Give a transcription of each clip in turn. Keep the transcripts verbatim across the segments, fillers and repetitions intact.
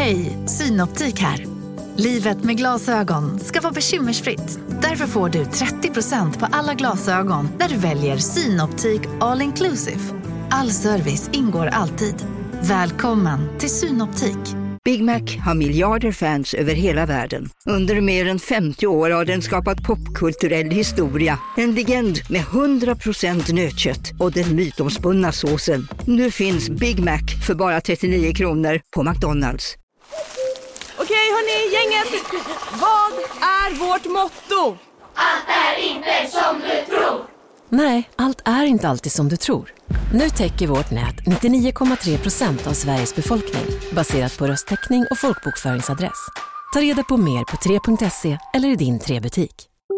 Hej, Synoptik här. Livet med glasögon ska vara bekymmersfritt. Därför får du trettio procent på alla glasögon när du väljer Synoptik All Inclusive. All service ingår alltid. Välkommen till Synoptik. Big Mac har miljarder fans över hela världen. Under mer än femtio år har den skapat popkulturell historia. En legend med hundra procent nötkött och den mytomspunna såsen. Nu finns Big Mac för bara trettionio kronor på McDonald's. Okej hörni, gänget. Vad är vårt motto? Allt är inte som du tror. Nej, allt är inte alltid som du tror. Nu täcker vårt nät nittionio komma tre procent av Sveriges befolkning baserat på röstteckning och folkbokföringsadress. Ta reda på mer på tre punkt se eller i din tre-butik.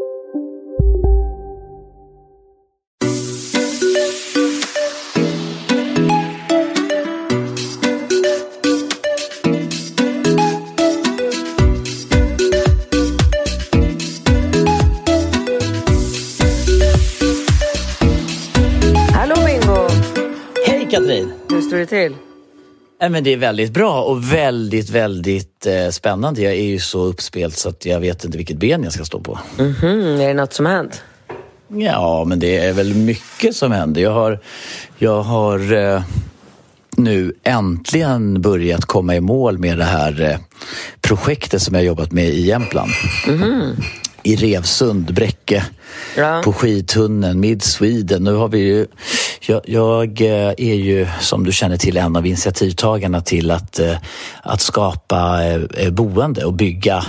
Katrin. Hur står det till? Ja, men det är väldigt bra och väldigt, väldigt eh, spännande. Jag är ju så uppspelt så att jag vet inte vilket ben jag ska stå på. Mm-hmm. Är det något som har hänt? Ja, men det är väl mycket som händer. Jag har, jag har eh, nu äntligen börjat komma i mål med det här eh, projektet som jag jobbat med i Jämtland. Mm-hmm. I Revsund, Bräcke, ja. På skidtunneln, Mid Sweden. Nu har vi ju, jag, jag är ju som du känner till en av initiativtagarna till att, att skapa boende och bygga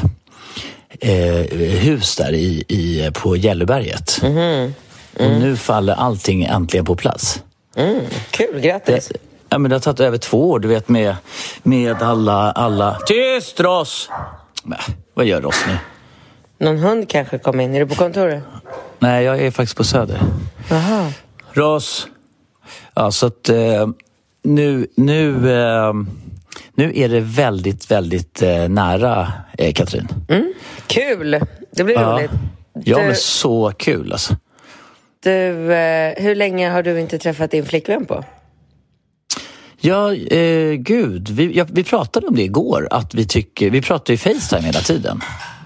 eh, hus där i, i, på Gälleberget. Mm. Mm. Och nu faller allting äntligen på plats. Mm. Kul, grattis. Det, ja, men det har tagit över två år, du vet, med, med alla, alla... Tyst, Ross! Men, vad gör Ross nu? Någon hund kanske kom in. Är du på kontoret? Nej, jag är faktiskt på Söder. Aha. Ross. Ja, så att eh, nu, nu, eh, nu är det väldigt, väldigt eh, nära eh, Katrin. Mm. Kul. Det blir ja. roligt. Ja, du, men så kul alltså. Du, eh, hur länge har du inte träffat din flickvän på? Ja, eh, gud. Vi, ja, vi pratade om det igår. Att vi tycker, vi pratar ju FaceTime hela tiden.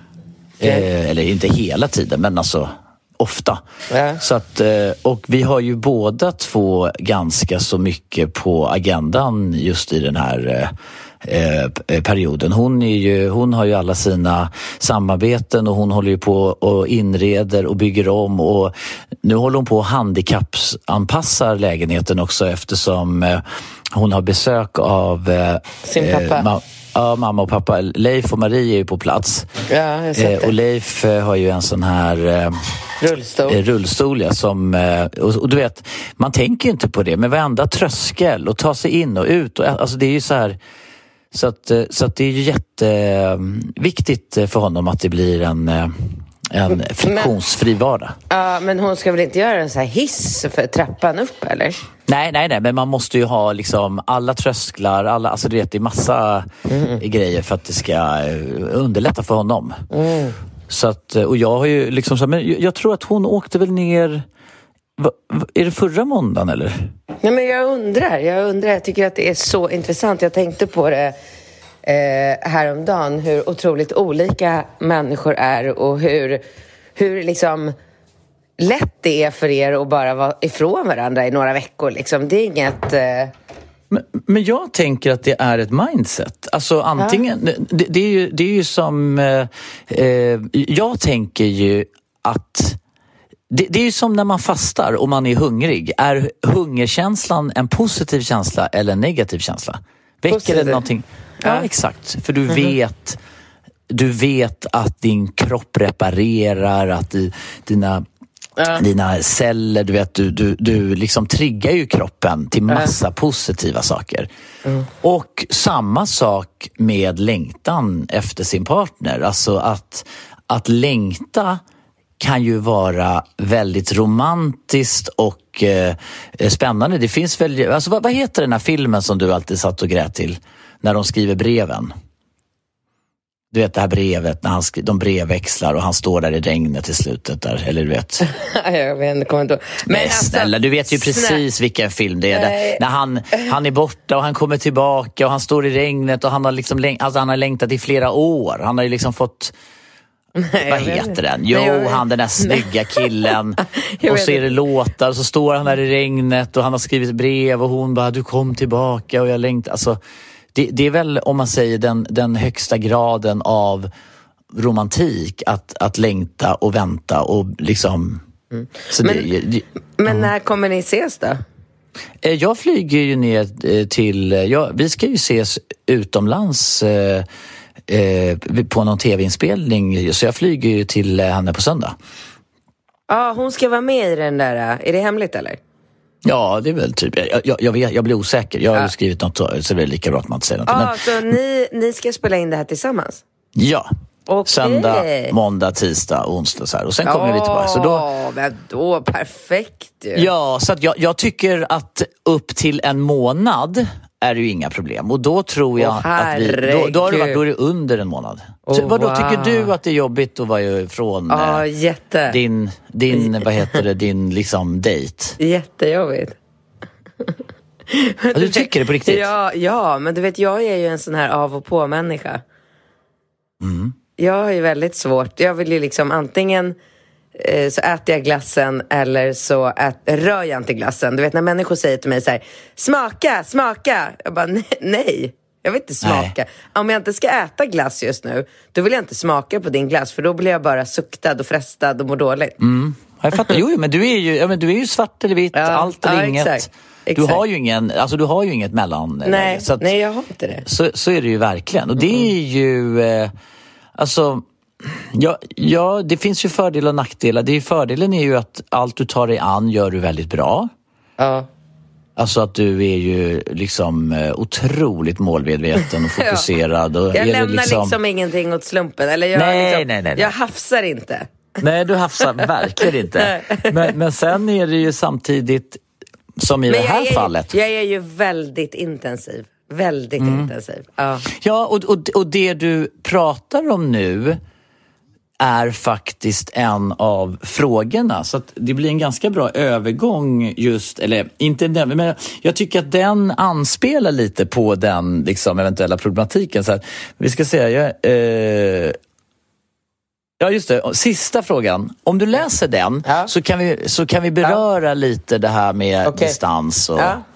Eh, eller inte hela tiden, men alltså ofta. Ja. Så att, eh, och vi har ju båda två ganska så mycket på agendan just i den här eh, eh, perioden. Hon, är ju, hon har ju alla sina samarbeten och hon håller ju på och inreder och bygger om. Och nu håller hon på att handikappsanpassa lägenheten också eftersom eh, hon har besök av eh, sin pappa. Eh, ma- Ja, mamma och pappa. Leif och Marie är ju på plats. Ja, jag sett det. Eh, och Leif eh, har ju en sån här eh, rullstol. Eh, rullstol ja, som, eh, och, och du vet, man tänker ju inte på det. Men varenda tröskel och ta sig in och ut. Och, alltså det är ju så här. Så att, så att det är ju jätteviktigt för honom att det blir en, en friktionsfri vardag. Ja, men hon ska väl inte göra en så här hiss för trappan upp, eller? Nej, nej, nej, men man måste ju ha liksom alla trösklar, alla, alltså du vet, det är massa mm. grejer för att det ska underlätta för honom. Mm. Så att, och jag har ju liksom så, men jag tror att hon åkte väl ner, va, va, är det förra måndagen eller? Nej, men jag undrar, jag undrar, jag tycker att det är så intressant. Jag tänkte på det eh, häromdagen, hur otroligt olika människor är och hur, hur liksom lätt det är för er att bara vara ifrån varandra i några veckor. Liksom. Det är inget... Eh... Men, men jag tänker att det är ett mindset. Alltså antingen... Ja. Det, det, är ju, det är ju som... Eh, eh, jag tänker ju att... Det, det är ju som när man fastar och man är hungrig. Är hungerkänslan en positiv känsla eller en negativ känsla? Väcker positiv. Det någonting? Ja, ja, exakt. För du mm-hmm. vet... Du vet att din kropp reparerar, att di, dina... Ja. Dina celler, du vet, du, du, du liksom triggar ju kroppen till massa ja. positiva saker. Mm. Och samma sak med längtan efter sin partner. Alltså att, att längta kan ju vara väldigt romantiskt och eh, spännande. Det finns väl, alltså vad, vad heter den här filmen som du alltid satt och grät till när de skriver breven? Du vet det här brevet, när han sk- de brevväxlar och han står där i regnet i slutet där, eller du vet. Jag vet inte, kommer inte ihåg. Men Men alltså, snälla, du vet ju precis snälla. vilken film det är. Där, när han, han är borta och han kommer tillbaka och han står i regnet och han har liksom läng- alltså han har längtat i flera år. Han har ju liksom fått... Nej, vad jag vet heter inte. den? Jo, Nej, jag vet- han den där snygga killen. Jag Och vet så är det inte. låtar och så står han där i regnet och han har skrivit brev och hon bara, du kom tillbaka och jag längtar. Alltså, det, det är väl, om man säger, den, den högsta graden av romantik att, att längta och vänta och liksom... Mm. Så Men- det, det, Men när kommer ni ses då? Eh, Jag flyger ju ner eh, till... eh, Ja, vi ska ju ses utomlands eh, eh, på någon tv-inspelning. Så jag flyger ju till eh, henne på söndag. Ja, hon ska vara med i den där. Är det hemligt eller? Ja, det är väl typ... Jag, jag, jag, vet, jag blir osäker. Jag har ju skrivit något så det är lika bra att man inte säger något. Ja, Men, så ni, ni ska spela in det här tillsammans? ja, Okej. söndag, måndag, tisdag, onsdag så här. Och sen kommer vi tillbaka. Så då, Ja, men då, perfekt ju. ja, så att jag, jag tycker att upp till en månad är det ju inga problem. Och då tror jag Åh, att vi... Då, då, har det varit, då är det herregud. under en månad. Åh, Så, vadå, wow. tycker du att det är jobbigt att vara ifrån Ja, eh, jätte. din, din, vad heter det, din liksom date? Jättejobbigt. Ja, du tycker det på riktigt? Ja, ja, men du vet, jag är ju en sån här av och på människa. Mm. Jag har ju väldigt svårt. Jag vill ju liksom antingen eh, så äter jag glassen eller så ät, rör jag inte glassen. Du vet när människor säger till mig så här: smaka, smaka. Jag bara, nej, nej. Jag vill inte smaka. Nej. Om jag inte ska äta glass just nu, då vill jag inte smaka på din glass. För då blir jag bara suktad och frestad och mår dåligt. Mm. Ja, jag fattar. Jo, jo, men du är ju, ja, men du är ju svart eller vitt, Ja, allt eller ja, inget. exakt. Du Exakt. har ju ingen, alltså du har ju inget mellan. Nej, så att, nej, jag har inte det. Så, så är det ju verkligen. Och det är ju, eh, alltså, ja, ja, det finns ju fördelar och nackdelar. Det är, fördelen är ju att allt du tar dig an gör du väldigt bra. Ja. Alltså att du är ju liksom eh, otroligt målmedveten och fokuserad. Och Jag är lämnar det liksom... liksom ingenting åt slumpen. Eller jag, Nej, liksom, nej, nej, nej. jag hafsar inte. Nej, du hafsar verkligen inte. Men, men sen är det ju samtidigt, som i Men det här jag är, fallet. Jag är ju väldigt intensiv. Väldigt Mm. intensiv. Ja. Ja, och, och, och det du pratar om nu är faktiskt en av frågorna. Så att det blir en ganska bra övergång just, eller inte den, men jag tycker att den anspelar lite på den liksom, eventuella problematiken. Så att, vi ska säga, eh, ja just det, sista frågan. Om du läser den Ja. så, kan vi, så kan vi beröra ja. lite det här med Okej. distans och... Ja.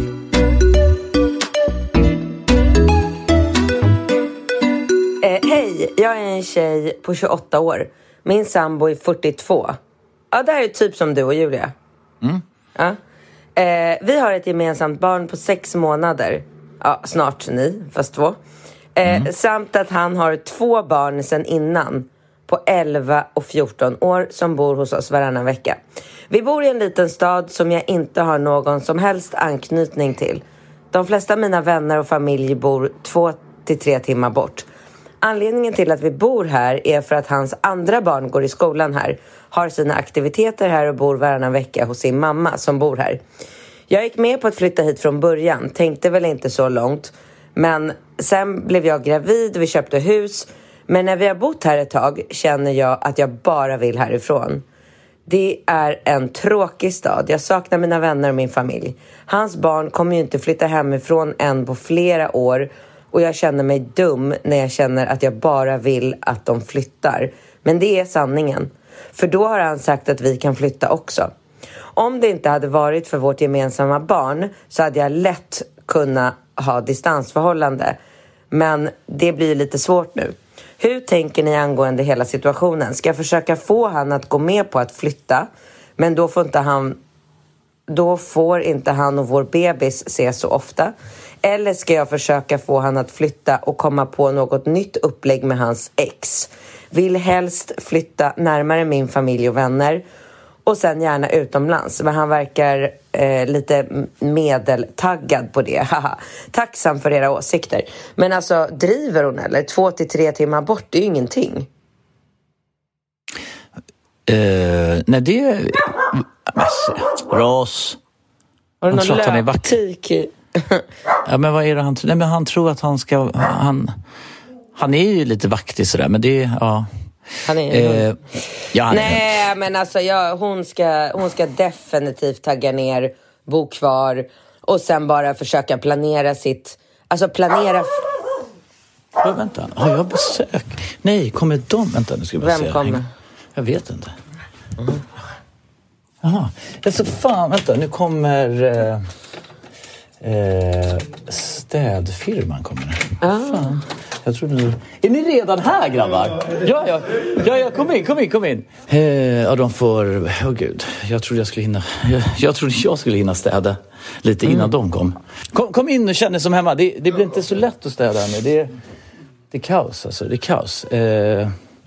Eh, hej, jag är en tjej på tjugoåtta år. Min sambo är fyrtiotvå. Ja, det här är typ som du och Julia. Mm. Ja. Eh, vi har ett gemensamt barn på sex månader. Ja, snart ni, fast två. Eh, mm. Samt att han har två barn sedan innan. På elva och fjorton år som bor hos oss varannan vecka. Vi bor i en liten stad som jag inte har någon som helst anknytning till. De flesta av mina vänner och familj bor två till tre timmar bort. Anledningen till att vi bor här är för att hans andra barn går i skolan här. Har sina aktiviteter här och bor varannan vecka hos sin mamma som bor här. Jag gick med på att flytta hit från början. Tänkte väl inte så långt. Men sen blev jag gravid och vi köpte hus. Men när vi har bott här ett tag känner jag att jag bara vill härifrån. Det är en tråkig stad. Jag saknar mina vänner och min familj. Hans barn kommer ju inte flytta hemifrån än på flera år. Och jag känner mig dum när jag känner att jag bara vill att de flyttar. Men det är sanningen. För då har han sagt att vi kan flytta också. Om det inte hade varit för vårt gemensamma barn så hade jag lätt kunnat ha distansförhållande. Men det blir lite svårt nu. Hur tänker ni angående hela situationen? Ska jag försöka få han att gå med på att flytta? Men då får inte han, då får inte han och vår bebis se så ofta. Eller ska jag försöka få han att flytta och komma på något nytt upplägg med hans ex? Vill helst flytta närmare min familj och vänner. Och sen gärna utomlands. Men han verkar eh, lite medeltaggad på det. Tacksam för era åsikter. Men alltså, driver hon eller? Två till tre timmar bort, det är ju ingenting. Uh, nej, det är... Ras. Har du Han tror att han är någon vacker. löptik i? Ja, men vad är det han tror? Nej, men han tror att han ska... Han, Han är ju lite vaktig sådär, men det är, ja. Han är ju eh, ja, han Nej, är... men alltså jag, hon, ska, hon ska definitivt tagga ner, bo kvar och sen bara försöka planera sitt... Alltså planera... F- ja, vänta, har jag besök? Nej, kommer de? Vänta, nu ska jag bara Vem se. kommer? Jag vet inte. Mm. Jaha, alltså fan, vänta, nu kommer... Eh... Eh, städfirman kommer nu. Ah. Fan. Jag trodde nu... Är ni redan här, grabbar? Ja, ja, ja, ja, kom in, kom in, kom in. Eh, ja, de får... Åh oh, gud, jag trodde jag skulle hinna... Jag, jag trodde jag skulle hinna städa lite innan mm. de kom. kom. Kom in och känn er som hemma. Det, det blir inte så lätt att städa nu. Det är, det är kaos, alltså. Det är kaos. Eh...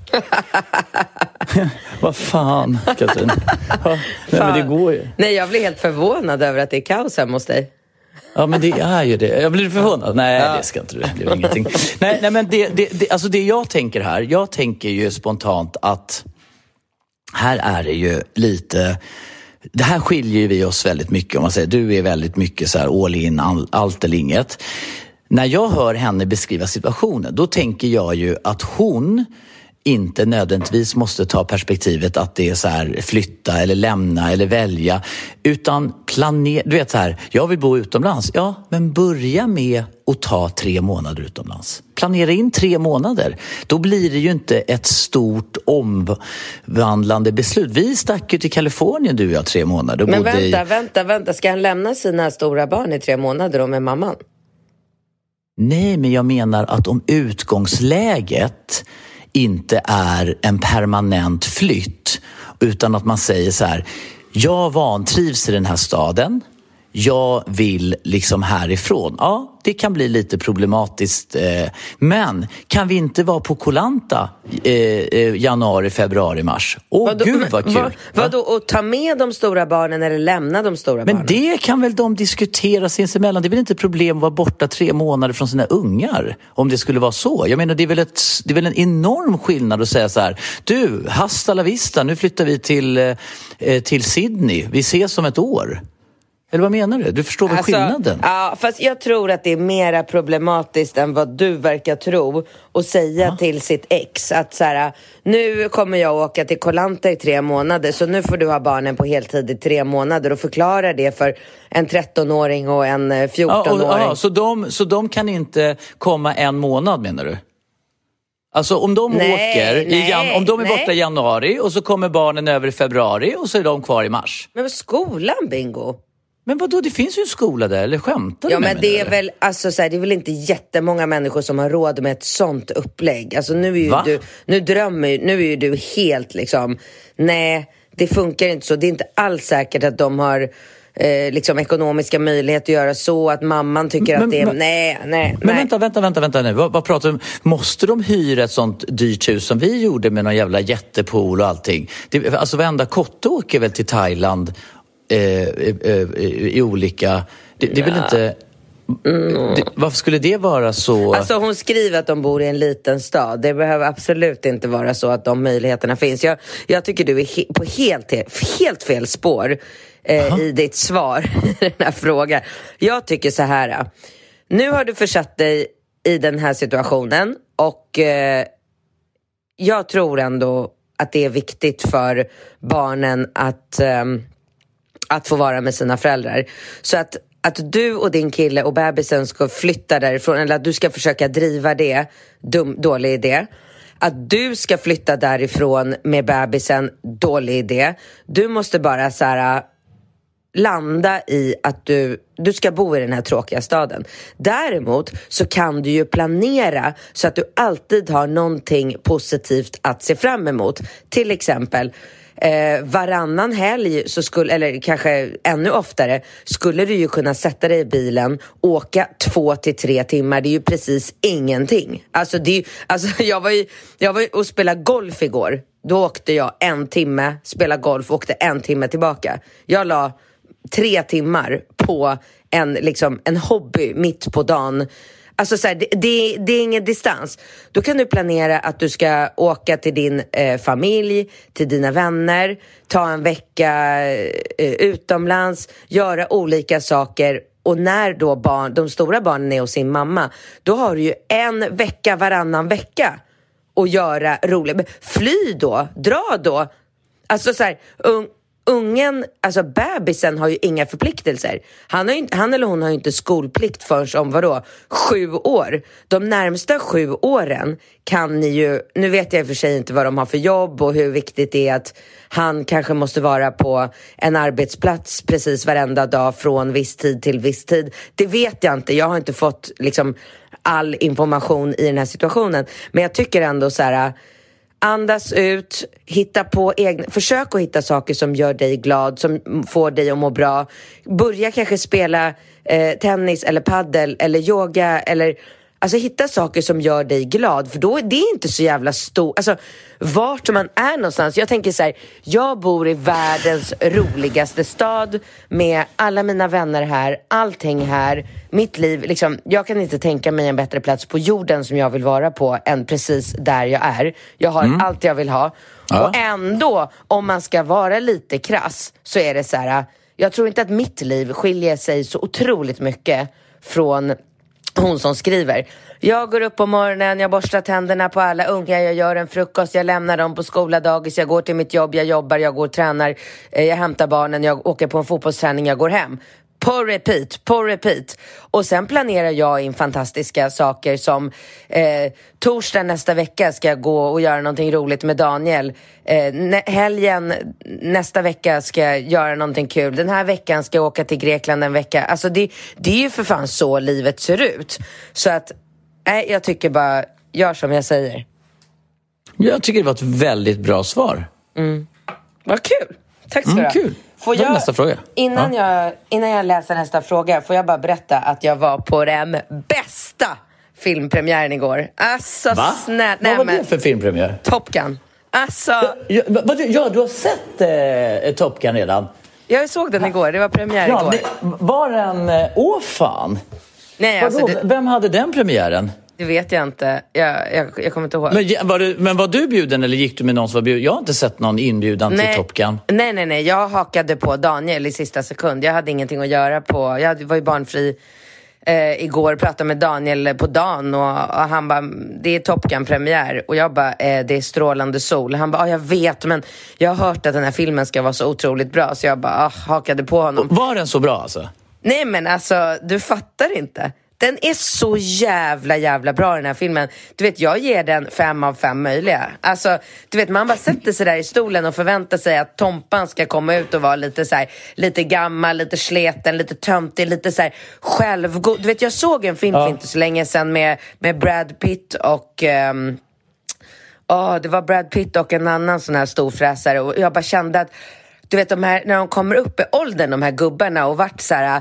Vad fan, Katrin? Ja, nej, men det går ju. Nej, jag blir helt förvånad över att det är kaos hemma hos dig. Ja, men det är ju det. Jag blir förvånad. Nej, ja. Det ska inte det. Det är ingenting. Nej, nej, men det, det, det, alltså det jag tänker här, jag tänker ju spontant att här är det ju lite... Det här skiljer vi oss väldigt mycket om man säger. Du är väldigt mycket så här all in, all, allt eller inget. När jag hör henne beskriva situationen, då tänker jag ju att hon inte nödvändigtvis måste ta perspektivet att det är så här flytta eller lämna eller välja, utan planera. Du vet så här, jag vill bo utomlands. Ja, men börja med att ta tre månader utomlands. Planera in tre månader. Då blir det ju inte ett stort omvandlande beslut. Vi stack ju till Kalifornien, du och jag, tre månader. Men vänta, i... vänta, vänta. Ska han lämna sina stora barn i tre månader då med mamman? Nej, men jag menar att om utgångsläget inte är en permanent flytt, utan att man säger så här: jag vantrivs i den här staden, jag vill liksom härifrån. Ja, det kan bli lite problematiskt, eh, men kan vi inte vara på Koh-Lanta eh, eh, januari, februari, mars? Åh, vadå, gud vad kul. Vad, vadå, och ta med de stora barnen eller lämna de stora men barnen? Men det kan väl de diskutera sinsemellan. Det är väl inte problem att vara borta tre månader från sina ungar, om det skulle vara så. Jag menar, det är väl, ett, det är väl en enorm skillnad att säga så här: du, hasta la vista, nu flyttar vi till, eh, till Sydney. Vi ses om ett år. Eller vad menar du? Du förstår väl alltså, skillnaden? Ja, fast jag tror att det är mera problematiskt än vad du verkar tro att säga ja. till sitt ex att så här: nu kommer jag åka till Koh-Lanta i tre månader, så nu får du ha barnen på heltid i tre månader, och förklara det för en trettonåring och en fjortonåring. Ja, och, ja, så, de, så de kan inte komma en månad, menar du? Alltså om de nej, åker nej, i jan- om de är nej. borta i januari och så kommer barnen över i februari och så är de kvar i mars. Men skolan, Bingo? Men vadå, det finns ju en skola där, eller skämtar du ja, med men mig, det är eller? väl, alltså så här, det är väl inte jättemånga människor som har råd med ett sånt upplägg. Alltså nu är ju Va? du, nu drömmer nu är ju du helt liksom, nej, det funkar inte så. Det är inte alls säkert att de har eh, liksom ekonomiska möjligheter att göra så, att mamman tycker men, att det är, men, nej, nej. Men nej. vänta, vänta, vänta, vänta nu. Vad, vad pratar du om? Måste de hyra ett sånt dyrt hus som vi gjorde med någon jävla jättepool och allting? Det, alltså varenda kotte åker väl till Thailand eh, eh, eh, i olika... Det, det är väl inte... Mm. Det, varför skulle det vara så? Alltså hon skriver att de bor i en liten stad. Det behöver absolut inte vara så att de möjligheterna finns. Jag, jag tycker du är he- på helt, helt fel spår eh, i ditt svar i den här frågan. Jag tycker så här. Nu har du försatt dig i den här situationen, och eh, jag tror ändå att det är viktigt för barnen att, eh, att få vara med sina föräldrar. Så att Att du och din kille och bebisen ska flytta därifrån, eller att du ska försöka driva det, dum, dålig idé. Att du ska flytta därifrån med bebisen, dålig idé. Du måste bara så här, landa i att du, du ska bo i den här tråkiga staden. Däremot så kan du ju planera så att du alltid har någonting positivt att se fram emot. Till exempel... Eh, varannan helg så skulle, eller kanske ännu oftare, skulle du ju kunna sätta dig i bilen, åka två till tre timmar. Det är ju precis ingenting. Alltså, det är ju, alltså jag var ju jag var ju och spelade golf igår. Då åkte jag en timme, spelade golf och åkte en timme tillbaka. Jag la tre timmar på en, liksom, en hobby mitt på dagen. Alltså så här, det, det, det är ingen distans. Då kan du planera att du ska åka till din eh, familj, till dina vänner, ta en vecka eh, utomlands, göra olika saker och när då barn, de stora barnen är hos sin mamma, då har du ju en vecka varannan vecka att göra roligt. Fly då, dra då. Alltså så här, un, ungen, alltså bebisen har ju inga förpliktelser. Han, har ju, han eller hon har ju inte skolplikt förrän om vadå? Sju år. De närmsta sju åren kan ni ju, nu vet jag i och för sig inte vad de har för jobb och hur viktigt det är att han kanske måste vara på en arbetsplats precis varenda dag från viss tid till viss tid. Det vet jag inte. Jag har inte fått liksom all information i den här situationen. Men jag tycker ändå så här, andas ut, hitta på egna, försök att hitta saker som gör dig glad, som får dig att må bra. Börja kanske spela eh, tennis eller paddel eller yoga eller alltså hitta saker som gör dig glad, för då är det inte så jävla stort. Alltså vart man är någonstans. Jag tänker så här, jag bor i världens roligaste stad med alla mina vänner här, allting här, mitt liv liksom, jag kan inte tänka mig en bättre plats på jorden som jag vill vara på än precis där jag är. Jag har mm. allt jag vill ha. Ja. Och ändå, om man ska vara lite krass, så är det så här, jag tror inte att mitt liv skiljer sig så otroligt mycket från hon som skriver. Jag går upp på morgonen, jag borstar tänderna på alla unga, jag gör en frukost, jag lämnar dem på skola, dagis, jag går till mitt jobb, jag jobbar, jag går och tränar, jag hämtar barnen, jag åker på en fotbollsträning, jag går hem. På repeat, på repeat. Och sen planerar jag in fantastiska saker som eh, torsdag nästa vecka ska jag gå och göra någonting roligt med Daniel. Eh, nä- helgen nästa vecka ska jag göra någonting kul. Den här veckan ska jag åka till Grekland en vecka. Alltså det, det är ju för fan så livet ser ut. Så att, nej, eh, jag tycker bara, gör som jag säger. Jag tycker det var ett väldigt bra svar. Mm. Vad kul. Tack så mycket. Mm, kul. Får jag, nästa fråga. Innan, ja. jag, innan jag läser nästa fråga får jag bara berätta att jag var på den bästa filmpremiären igår. Alltså snälla. Vad var det för filmpremiär? Top Gun. Alltså. Ja, ja, ja, du har sett eh, Top Gun redan? Jag såg den igår, det var premiär ja, igår. Det, var den, åh fan. Nej, alltså, det, Vem hade den premiären? Det vet jag inte. Jag, jag, jag kommer inte ihåg. Men var, du, men var du bjuden eller gick du med någon som var bjuden? Jag har inte sett någon inbjudan nej, till Top Gun. Nej, nej, nej. Jag hakade på Daniel i sista sekund. Jag hade ingenting att göra på. Jag var ju barnfri eh, igår och pratade med Daniel på dagen. Och, och han bara, det är Top Gun-premiär. Och jag bara, eh, det är strålande sol. Han bara, ah, jag vet, men jag har hört att den här filmen ska vara så otroligt bra. Så jag bara, ah, hakade på honom. Var den så bra alltså? Nej, men alltså, du fattar inte. Den är så jävla, jävla bra den här filmen. Du vet, jag ger den fem av fem möjliga. Alltså, du vet, man bara sätter sig där i stolen och förväntar sig att Tompan ska komma ut och vara lite så här, lite gammal, lite sleten, lite töntig, lite så här självgod. Du vet, jag såg en film för inte så länge sedan med, med Brad Pitt och... Um, oh, det var Brad Pitt och en annan sån här storfräsare. Och jag bara kände att du vet, de här, när de kommer upp i åldern, de här gubbarna, och vart så här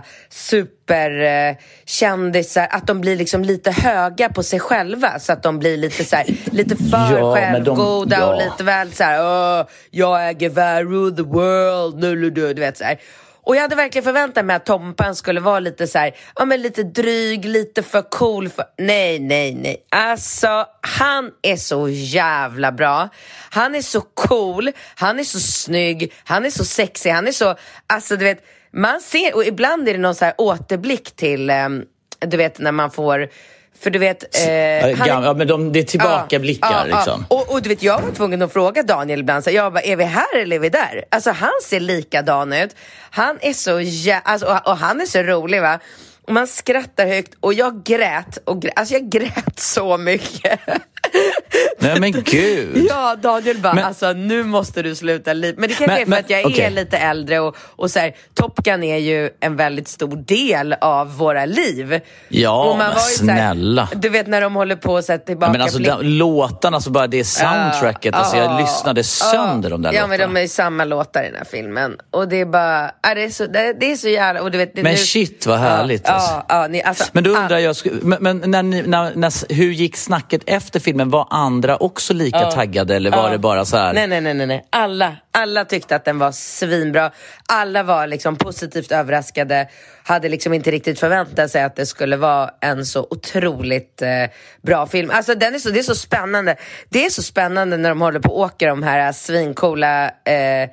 superkändisar, eh, att de blir liksom lite höga på sig själva, så att de blir lite så här, lite för ja, självgoda de, ja. Och lite väl så här, åh, jag äger värld, the world, nu du, du vet så här. Och jag hade verkligen förväntat mig att Tompan skulle vara lite så här, ja men lite dryg, lite för cool för... Nej, nej, nej. Alltså, han är så jävla bra. Han är så cool, han är så snygg, han är så sexig, han är så... Alltså, du vet, man ser... Och ibland är det någon så här återblick till, um, du vet, när man får... För du vet... Eh, han, ja, men de, det är tillbaka blickar ja, liksom. Ja. Och, och du vet, jag var tvungen att fråga Daniel ibland. Så jag bara, är vi här eller är vi där? Alltså han ser likadan ut. Han är så jä... alltså, och, och han är så rolig, va? Och man skrattar högt. Och jag grät. Och grät. Alltså jag grät så mycket. Nej men gud. Ja, Daniel bara, men, alltså nu måste du sluta lite. Men det kanske men, är för men, att jag okay. är lite äldre. Och, och så här, Top Gun är ju en väldigt stor del av våra liv. Ja, och man men var ju snälla. Så här, du vet när de håller på att sätta tillbaka. Ja, men alltså de, låtarna, alltså bara det soundtracket. Uh, alltså jag uh, lyssnade sönder uh, de där ja, låtarna. Ja, men de är ju samma låtar i den här filmen. Och det är bara, är det, så, det, det är så jävla... Och du vet, det, men nu, shit, vad härligt. Uh, alltså. uh, uh, ni, alltså, men då undrar uh, jag, men, men när ni, när, när, hur gick snacket efter filmen? Var andra också lika uh, taggade eller var uh, det bara så här? Nej, nej, nej, nej, nej. Alla, alla tyckte att den var svinbra. Alla var liksom positivt överraskade. Hade liksom inte riktigt förväntat sig att det skulle vara en så otroligt eh, bra film. Alltså den är så, det är så spännande. Det är så spännande när de håller på och åker de här svincoola eh,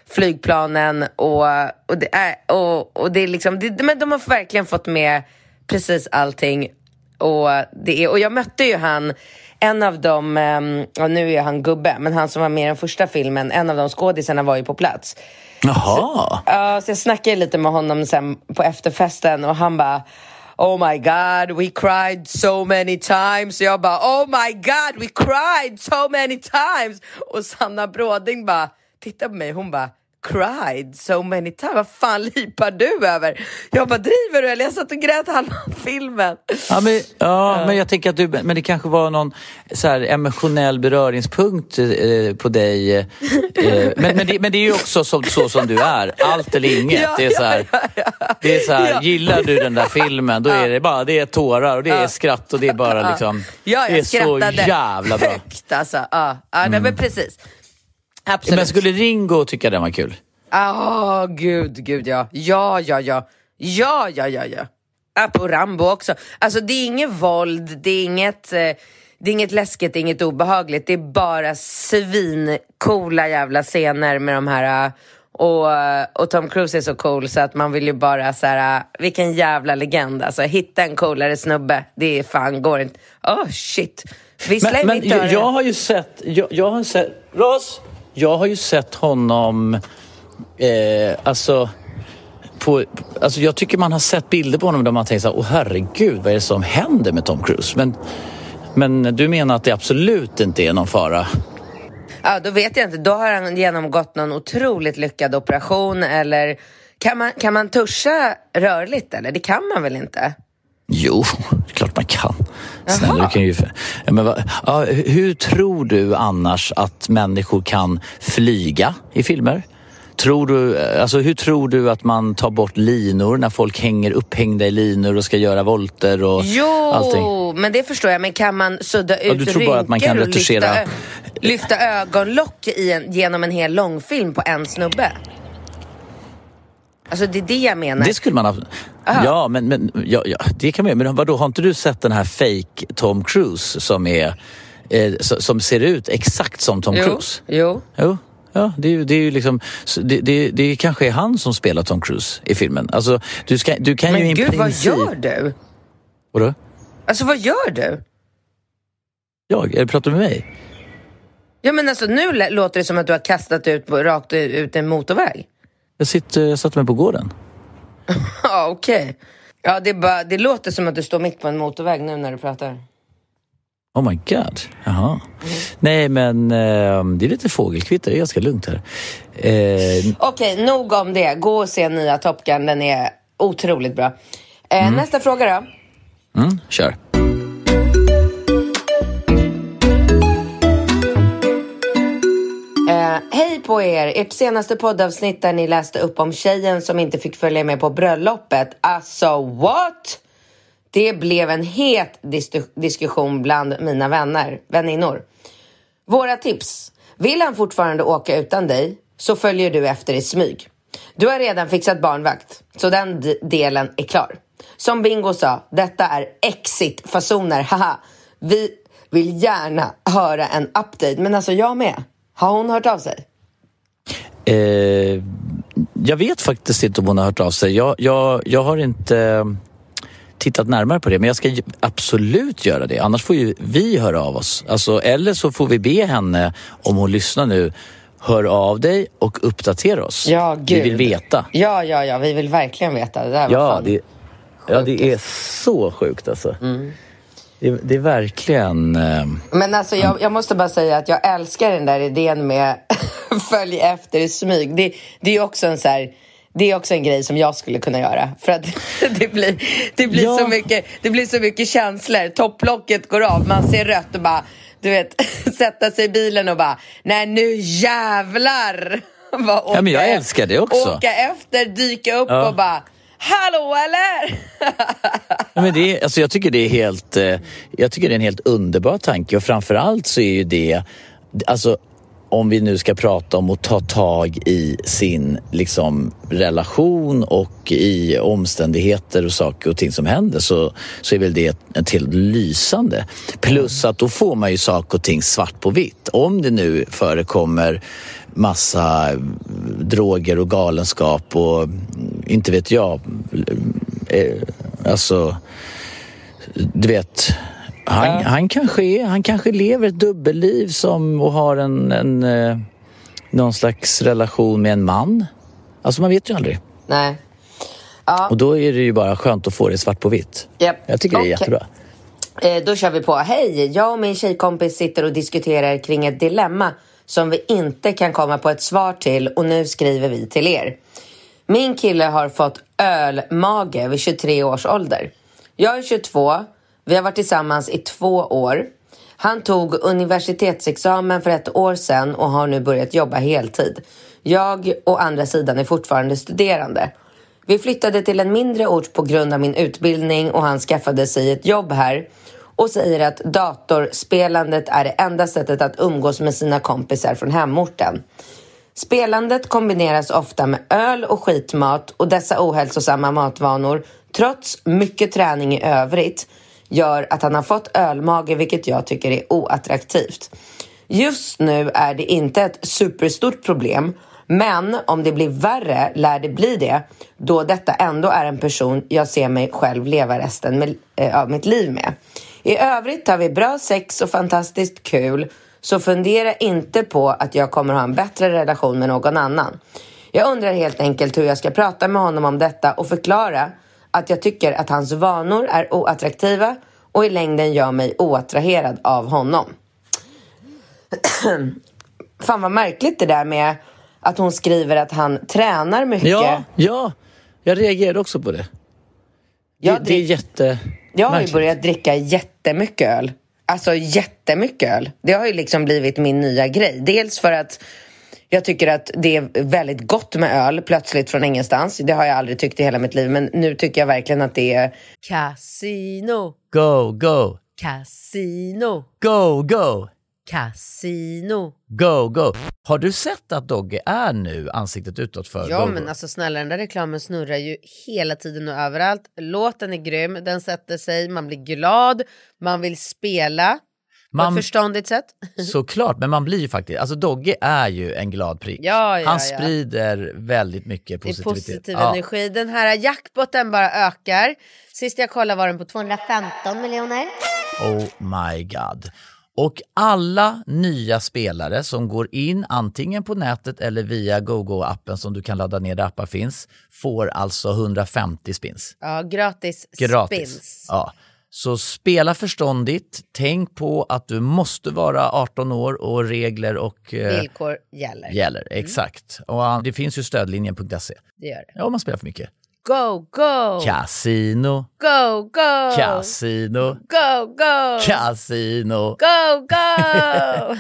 flygplanen och, och, det, är, och, och det är liksom, det, men de har verkligen fått med precis allting. Och, det är, och jag mötte ju han, en av dem, och nu är han gubbe, men han som var med i den första filmen, en av de skådisarna var ju på plats. Jaha. Så, uh, så jag snackade lite med honom sen på efterfesten och han bara, oh my god, we cried so many times. Och jag bara, oh my god, we cried so many times. Och Sanna Bråding bara, titta på mig, hon bara, cried so many times. Vad fan lipar du över? Jag bara, driver du? Eller jag satt och grät halva filmen. Ja, men, ja, men jag tänker att du, men det kanske var någon så här emotionell beröringspunkt eh, på dig. Eh, men, men, det, men det är ju också så, så som du är. Allt eller inget. Ja, det är så här, ja, ja, ja. Det är så här, Ja. Gillar du den där filmen, då är det bara, det är tårar och det är skratt och det är bara liksom, Ja, jag det är så jävla bra. högt alltså. Ja, ja nej, men precis. Absolut. Men skulle Ringo tycka den var kul? Ja, oh, gud, gud, ja. Ja, ja, ja. Ja, ja, ja, ja. Ja, på Rambo också. Alltså, det är inget våld, det är inget, eh, det är inget läskigt, det är inget obehagligt. Det är bara svincoola jävla scener med de här... Uh, och, och Tom Cruise är så cool så att man vill ju bara så här, uh, vilken jävla legend. Alltså, hitta en coolare snubbe. Det är fan, går inte... Oh, shit. Vi men men jag, jag har ju sett... Jag, jag har sett... Ross! Jag har ju sett honom... Eh, alltså, på, alltså jag tycker man har sett bilder på honom där man tänker så här, åh herregud, vad är det som händer med Tom Cruise? Men, men du menar att det absolut inte är någon fara? Ja, då vet jag inte. Då har han genomgått någon otroligt lyckad operation. Eller kan man, kan man tuscha rörligt eller? Det kan man väl inte? Jo, det är klart man kan. Snälla, du kan ju... Ja, men va, ja, hur tror du annars att människor kan flyga i filmer? Tror du, alltså hur tror du att man tar bort linor när folk hänger upphängda i linor och ska göra volter och jo, allting? Jo, men det förstår jag. Men kan man sudda ut ja, du tror bara att man kan rynkor och retuschera... lyfta, lyfta ögonlock i en, genom en hel långfilm på en snubbe? Alltså det är det jag menar. Det skulle man ha... Aha. Ja, men, men ja, ja, det kan man. Men vadå, har inte du sett den här fake Tom Cruise som är eh, som ser ut exakt som Tom jo, Cruise? Jo. Jo. Ja, det är ju, det är ju liksom det, det, det kanske är han som spelar Tom Cruise i filmen. Alltså, du, ska, du kan men ju i gud, princip... vad gör du? Vadå? Alltså, vad gör du? Jag? Är du pratar med mig? Ja, men alltså, nu l- låter det som att du har kastat ut på, rakt ut en motorväg. Jag, sitter, jag satt mig på gården. Ja, okej. Okay. Ja, det, är bara, det låter som att du står mitt på en motorväg nu när du pratar. Oh my god. Jaha. Mm. Nej, men eh, det är lite fågelkvitter. Det är ganska lugnt här. Eh... Okej, okay, nog om det. Gå och se nya Top Gun. Den är otroligt bra. Eh, mm. Nästa fråga då. Mm, kör. Eh, hej på er. Ert senaste poddavsnitt där ni läste upp om tjejen som inte fick följa med på bröllopet. Alltså, what? Det blev en het dis- diskussion bland mina vänner, väninnor. Våra tips. Vill han fortfarande åka utan dig så följer du efter i smyg. Du har redan fixat barnvakt, så den d- delen är klar. Som Bingo sa, detta är exit-fasoner. Haha, vi vill gärna höra en update. Men alltså jag med. Har hon hört av sig? Eh, jag vet faktiskt inte om hon har hört av sig. Jag, jag, jag har inte... tittat närmare på det, men jag ska absolut göra det. Annars får ju vi höra av oss. Alltså, eller så får vi be henne, om hon lyssnar nu, hör av dig och uppdatera oss. Ja, gud. Vi vill veta. Ja, ja, ja. Vi vill verkligen veta. Det där var ja, fan det, ja, det är så sjukt alltså. Mm. Det, det är verkligen... Eh... Men alltså, jag, jag måste bara säga att jag älskar den där idén med följ efter i smyg. Det, det är också en så här... Det är också en grej som jag skulle kunna göra. För att det blir, det blir, ja. så, mycket, det blir så mycket känslor. Topplocket går av, man ser rött och bara, du vet, sätta sig i bilen och bara, nej nu jävlar. Bara åka, ja, men jag älskar det också. Åka efter, dyka upp ja. och bara, hallå eller? ja, men det är, alltså jag tycker det är helt, jag tycker det är en helt underbar tanke. Och framförallt så är ju det, alltså om vi nu ska prata om att ta tag i sin liksom, relation och i omständigheter och saker och ting som händer, så, så är väl det ett, ett helt lysande. Plus att då får man ju saker och ting svart på vitt. Om det nu förekommer massa droger och galenskap och inte vet jag. Alltså, du vet, han, ja. han, kanske är, han kanske lever ett dubbelliv som, och har en, en, någon slags relation med en man. Alltså man vet ju aldrig. Nej. Ja. Och då är det ju bara skönt att få det svart på vitt. Yep. Jag tycker det är okay. jättebra. Eh, då kör vi på. Hej, jag och min tjejkompis sitter och diskuterar kring ett dilemma som vi inte kan komma på ett svar till, och nu skriver vi till er. Min kille har fått ölmage vid tjugotre års ålder. Jag är tjugotvå. Vi har varit tillsammans i två år. Han tog universitetsexamen för ett år sedan och har nu börjat jobba heltid. Jag å andra sidan är fortfarande studerande. Vi flyttade till en mindre ort på grund av min utbildning och han skaffade sig ett jobb här och säger att datorspelandet är det enda sättet att umgås med sina kompisar från hemorten. Spelandet kombineras ofta med öl och skitmat, och dessa ohälsosamma matvanor, trots mycket träning i övrigt, gör att han har fått ölmage, vilket jag tycker är oattraktivt. Just nu är det inte ett superstort problem, men om det blir värre lär det bli det, då detta ändå är en person jag ser mig själv leva resten med, äh, av mitt liv med. I övrigt har vi bra sex och fantastiskt kul, så fundera inte på att jag kommer ha en bättre relation med någon annan. Jag undrar helt enkelt hur jag ska prata med honom om detta och förklara att jag tycker att hans vanor är oattraktiva och i längden gör mig oattraherad av honom. Fan vad märkligt det där med att hon skriver att han tränar mycket. Ja, ja. Jag reagerade också på det. Det, drick... det är jätte... Jag har ju börjat dricka jättemycket öl. Alltså jättemycket öl. Det har ju liksom blivit min nya grej. Dels för att jag tycker att det är väldigt gott med öl plötsligt från ingenstans. Det har jag aldrig tyckt i hela mitt liv. Men nu tycker jag verkligen att det är casino. Go, go. Casino. Go, go. Casino. Go, go. Har du sett att Dogge är nu ansiktet utåt för Ja, go, men go? alltså snälla, den där reklamen snurrar ju hela tiden och överallt. Låten är grym, den sätter sig, man blir glad, man vill spela man, på ett förståndigt sätt. Såklart, men man blir ju faktiskt, alltså Dogge är ju en glad prick. Ja, ja, Han ja. sprider väldigt mycket positivitet. Det är positiv ja. energi. Den här jackpotten bara ökar. Sist jag kollade var den på tvåhundrafemton miljoner. Oh my god. Och alla nya spelare som går in antingen på nätet eller via GoGo-appen som du kan ladda ner där appar finns, får alltså hundrafemtio spins. Ja, gratis, gratis. spins. Ja. Så spela förståndigt. Tänk på att du måste vara arton år och regler och eh, villkor gäller. Gäller, exakt. Mm. Och det finns ju stödlinjen punkt se. Det gör det. Ja, om man spelar för mycket. Go, go! Casino. Go, go! Casino. Go, go! Casino. Go, go!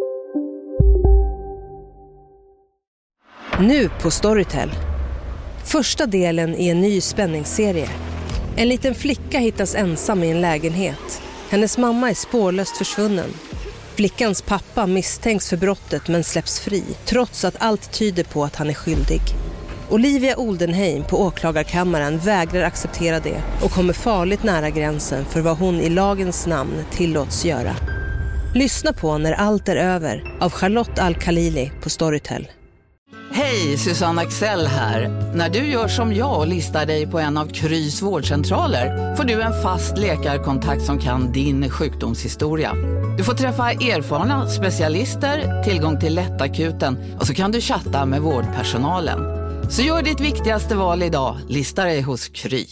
Nu på Storytel. Första delen i en ny spänningsserie. En liten flicka hittas ensam i en lägenhet. Hennes mamma är spårlöst försvunnen. Flickans pappa misstänks för brottet men släpps fri, trots att allt tyder på att han är skyldig. Olivia Oldenheim på åklagarkammaren vägrar acceptera det och kommer farligt nära gränsen för vad hon i lagens namn tillåts göra. Lyssna på När allt är över av Charlotte Al-Khalili på Storytel. Hej, Susanne Axel här. När du gör som jag och listar dig på en av Krys vårdcentraler får du en fast läkarkontakt som kan din sjukdomshistoria. Du får träffa erfarna specialister, tillgång till lättakuten och så kan du chatta med vårdpersonalen. Så gör ditt viktigaste val idag, lista dig hos Kry.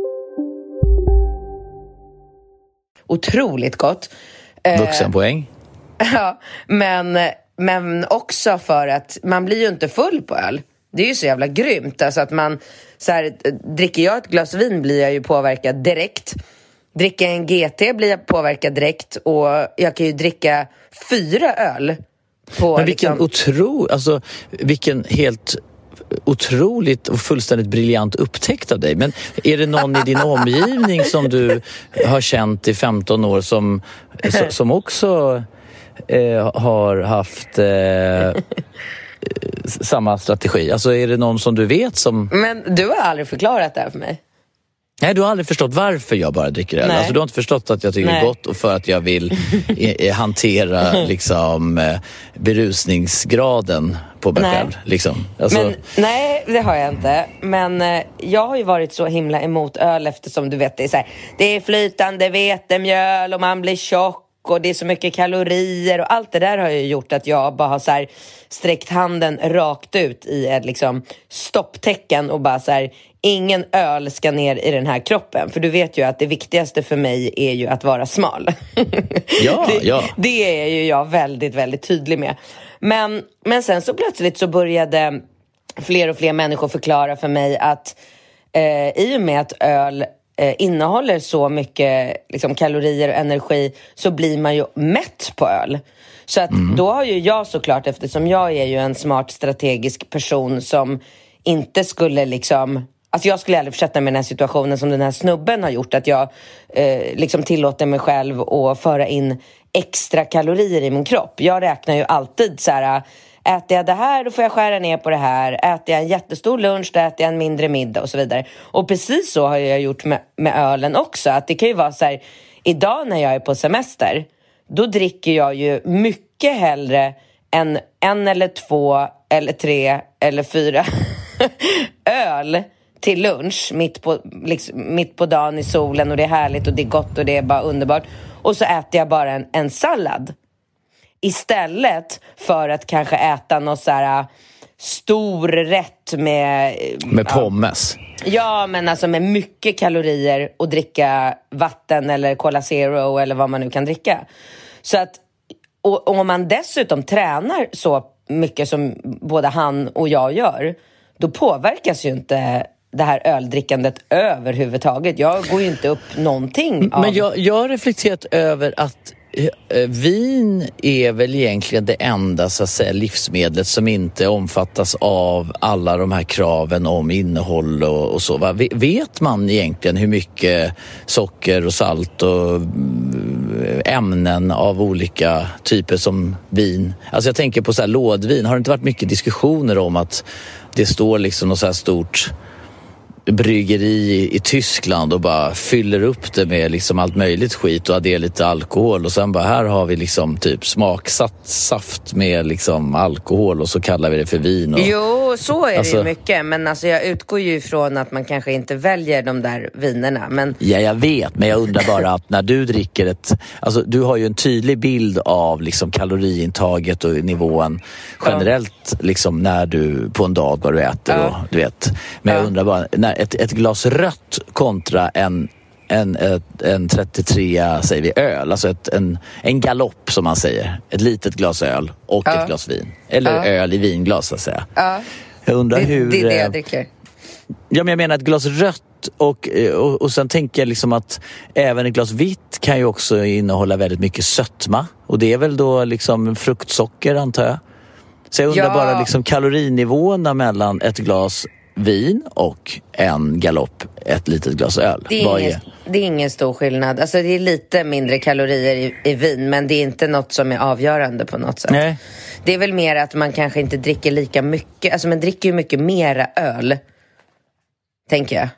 Otroligt gott. Vuxenpoäng. Ja, men... Men också för att man blir ju inte full på öl. Det är ju så jävla grymt. Alltså att man, så här, dricker jag ett glas vin blir jag ju påverkad direkt. Dricker en G T blir jag påverkad direkt. Och jag kan ju dricka fyra öl. På, Men vilken liksom... otro, alltså vilken helt otroligt och fullständigt briljant upptäckt av dig. Men är det någon i din omgivning som du har känt i femton år som, som också... Eh, har haft eh, samma strategi? Alltså är det någon som du vet som... Men du har aldrig förklarat det här för mig. Nej, du har aldrig förstått varför jag bara dricker öl. Alltså du har inte förstått att jag tycker Nej. det är gott och för att jag vill eh, hantera liksom eh, berusningsgraden på mig Nej. själv. Liksom. Alltså... Men, nej, det har jag inte. Men eh, jag har ju varit så himla emot öl eftersom du vet det är så här, det är flytande vetemjöl och man blir tjock och det är så mycket kalorier och allt det där har ju gjort att jag bara har så här sträckt handen rakt ut i ett liksom stopptecken och bara så här, ingen öl ska ner i den här kroppen. För du vet ju att det viktigaste för mig är ju att vara smal. Ja, det, ja. det är ju jag väldigt, väldigt tydlig med. Men, men sen så plötsligt så började fler och fler människor förklara för mig att eh, i och med att öl eh, innehåller så mycket liksom, kalorier och energi så blir man ju mätt på öl. Så att mm. då har ju jag såklart, eftersom jag är ju en smart strategisk person som inte skulle liksom... Alltså jag skulle aldrig försätta mig i den här situationen som den här snubben har gjort. Att jag eh, liksom tillåter mig själv att föra in extra kalorier i min kropp. Jag räknar ju alltid så här, äter jag det här då får jag skära ner på det här. Äter jag en jättestor lunch då äter jag en mindre middag och så vidare. Och precis så har jag gjort med, med ölen också. Att det kan ju vara så här, idag när jag är på semester, då dricker jag ju mycket hellre än en eller två eller tre eller fyra öl till lunch mitt på, liksom, mitt på dagen i solen och det är härligt och det är gott och det är bara underbart. Och så äter jag bara en, en sallad. Istället för att kanske äta någon så här stor rätt med... Med pommes. Ja, ja, men alltså med mycket kalorier och dricka vatten eller Cola Zero eller vad man nu kan dricka. Så att, och, och om man dessutom tränar så mycket som både han och jag gör, då påverkas ju inte det här öldrickandet överhuvudtaget. Jag går ju inte upp någonting av... Men jag, jag har reflekterat över att eh, vin är väl egentligen det enda så att säga, livsmedlet som inte omfattas av alla de här kraven om innehåll och, och så. Va? Vet man egentligen hur mycket socker och salt och ämnen av olika typer som vin? Alltså jag tänker på så här lådvin. Har det inte varit mycket diskussioner om att det står liksom något så här stort bryggeri i Tyskland och bara fyller upp det med liksom allt möjligt skit och adderar lite alkohol och sen bara här har vi liksom typ smaksatt saft med liksom alkohol och så kallar vi det för vin. Och, jo, så är alltså, det ju mycket, men alltså jag utgår ju ifrån att man kanske inte väljer de där vinerna. Men... Ja, jag vet, men jag undrar bara att när du dricker ett, alltså du har ju en tydlig bild av liksom kaloriintaget och nivån generellt ja. Liksom när du på en dag vad du äter ja. Och du vet. Men ja. Jag undrar bara när Ett, ett glas rött kontra en, en, ett, en trettiotre säger vi, öl. Alltså ett, en, en galopp som man säger. Ett litet glas öl och ja. Ett glas vin. Eller ja. Öl i vinglas så att säga. Ja. Jag undrar det, hur... Det är det jag dricker. Ja, men jag menar ett glas rött och, och, och sen tänker jag liksom att även ett glas vitt kan ju också innehålla väldigt mycket sötma. Och det är väl då liksom fruktsocker antar jag. Så jag undrar ja. Bara liksom kalorinivåerna mellan ett glas vin och en galopp, ett litet glas öl. Det är, ingen, är? det är ingen stor skillnad. Alltså det är lite mindre kalorier i, i vin, men det är inte något som är avgörande på något sätt. Nej. Det är väl mer att man kanske inte dricker lika mycket. Alltså man dricker ju mycket mera öl, tänker jag.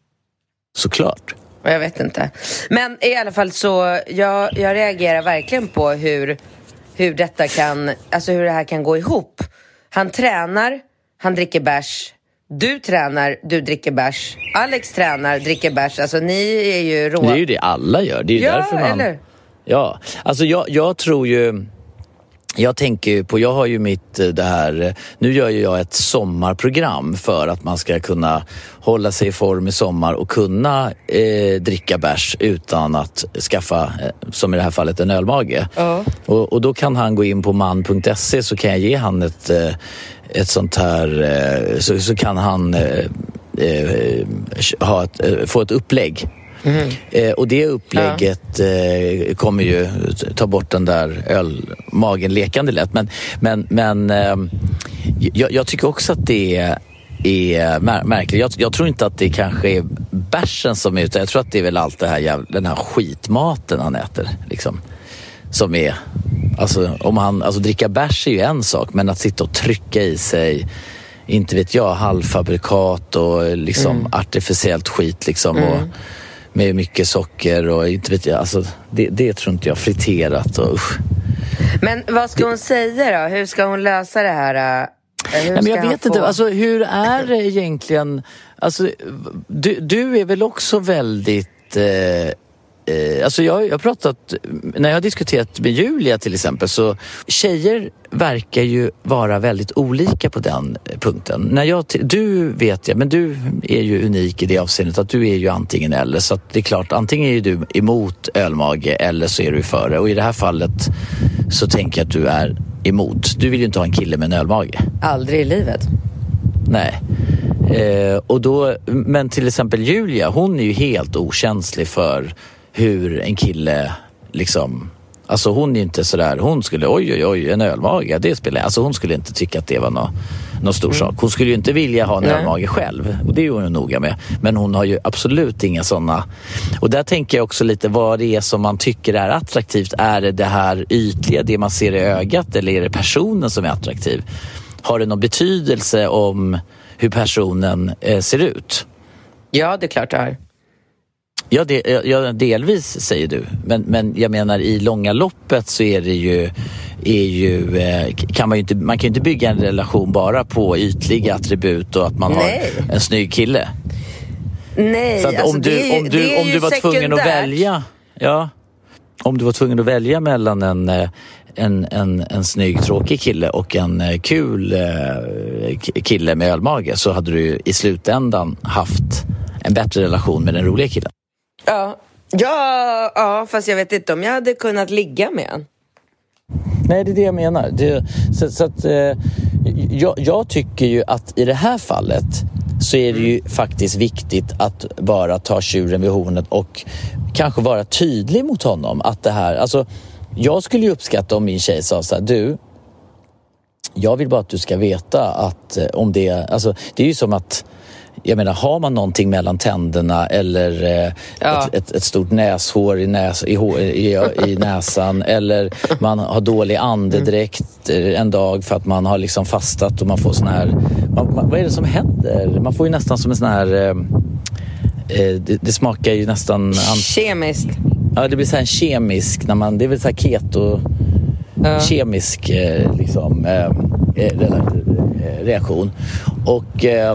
Såklart. Jag vet inte. Men i alla fall så jag, jag reagerar verkligen på hur, hur detta kan, alltså hur det här kan gå ihop. Han tränar, han dricker bärs. Du tränar, du dricker bärs. Alex tränar, dricker bärs. Alltså ni är ju rå. Det är ju det alla gör. Det är ju ja, därför man... eller? Ja, alltså jag, jag tror ju... Jag tänker ju på, jag har ju mitt det här, nu gör ju jag ett sommarprogram för att man ska kunna hålla sig i form i sommar och kunna eh, dricka bärs utan att skaffa, eh, som i det här fallet, en ölmage. Uh. Och, och då kan han gå in på man punkt se så kan jag ge han ett, eh, ett sånt här, eh, så, så kan han eh, eh, ha ett, eh, få ett upplägg. Mm. Eh, och det upplägget eh, kommer ju ta bort den där ölmagen lekande lätt. Men, men, men eh, jag, jag tycker också att det är, är mär- märkligt. Jag, jag tror inte att det kanske är bärsen som är ute. Jag tror att det är väl allt det här jävla, den här skitmaten han äter liksom, som är alltså, om han, alltså dricka bärs är ju en sak, men att sitta och trycka i sig, inte vet jag, halvfabrikat och liksom mm. artificiellt skit liksom mm. och med mycket socker och inte vet jag, alltså det, det tror inte jag, friterat och usch. Men vad ska hon säga då? Hur ska hon lösa det här? Hur Nej, men jag vet få... inte, alltså hur är det egentligen? Alltså, du, du är väl också väldigt... Eh, eh, alltså jag, jag har pratat... När jag har diskuterat med Julia till exempel, så tjejer verkar ju vara väldigt olika på den punkten. När jag, du vet jag, men du är ju unik i det avseendet att du är ju antingen eller. Så att det är klart, antingen är du emot ölmage eller så är du före. Och i det här fallet så tänker jag att du är emot. Du vill ju inte ha en kille med en ölmage. Aldrig i livet. Nej. Eh, och då, men till exempel Julia, hon är ju helt okänslig för hur en kille liksom... Alltså hon är inte sådär, hon skulle, oj oj oj, en ölmage, det spelar, alltså hon skulle inte tycka att det var någon, någon stor mm. sak. Hon skulle ju inte vilja ha en Nej. ölmage själv, och det är hon noga med. Men hon har ju absolut inga sådana. Och där tänker jag också lite vad det är som man tycker är attraktivt. Är det det här ytliga, det man ser i ögat, eller är det personen som är attraktiv? Har det någon betydelse om hur personen eh, ser ut? Ja, det är klart det är. Ja, det, ja, delvis säger du. Men, men jag menar i långa loppet så är det ju, är ju kan man ju inte, man kan ju inte bygga en relation bara på ytliga attribut och att man Nej. har en snygg kille. Nej, så att alltså om du, det är, om du, det är om du var tvungen sekundärt. att välja, ja, om du var tvungen att välja mellan en en, en, en snygg, tråkig kille och en kul kille med ölmage, så hade du i slutändan haft en bättre relation med den roliga killen. Ja, ja, ja, fast jag vet inte om jag hade kunnat ligga med en. Nej, det är det jag menar. Det, så, så att, eh, jag, jag tycker ju att i det här fallet så är det ju faktiskt viktigt att bara ta tjuren vid hornet och kanske vara tydlig mot honom. Att det här, alltså, jag skulle ju uppskatta om min tjej sa så här: du, jag vill bara att du ska veta att eh, om det, alltså det är ju som att, jag menar, har man någonting mellan tänderna eller eh, ja. ett, ett, ett stort näshår i, näs, i, i, i näsan eller man har dålig andedräkt mm. en dag för att man har liksom fastat och man får sån här, man, man, vad är det som händer? Man får ju nästan som en sån här eh, det, det smakar ju nästan kemiskt. Ja, det blir så här kemisk när man, det är väl så här keto ja. kemisk eh, liksom eh, reaktion och eh,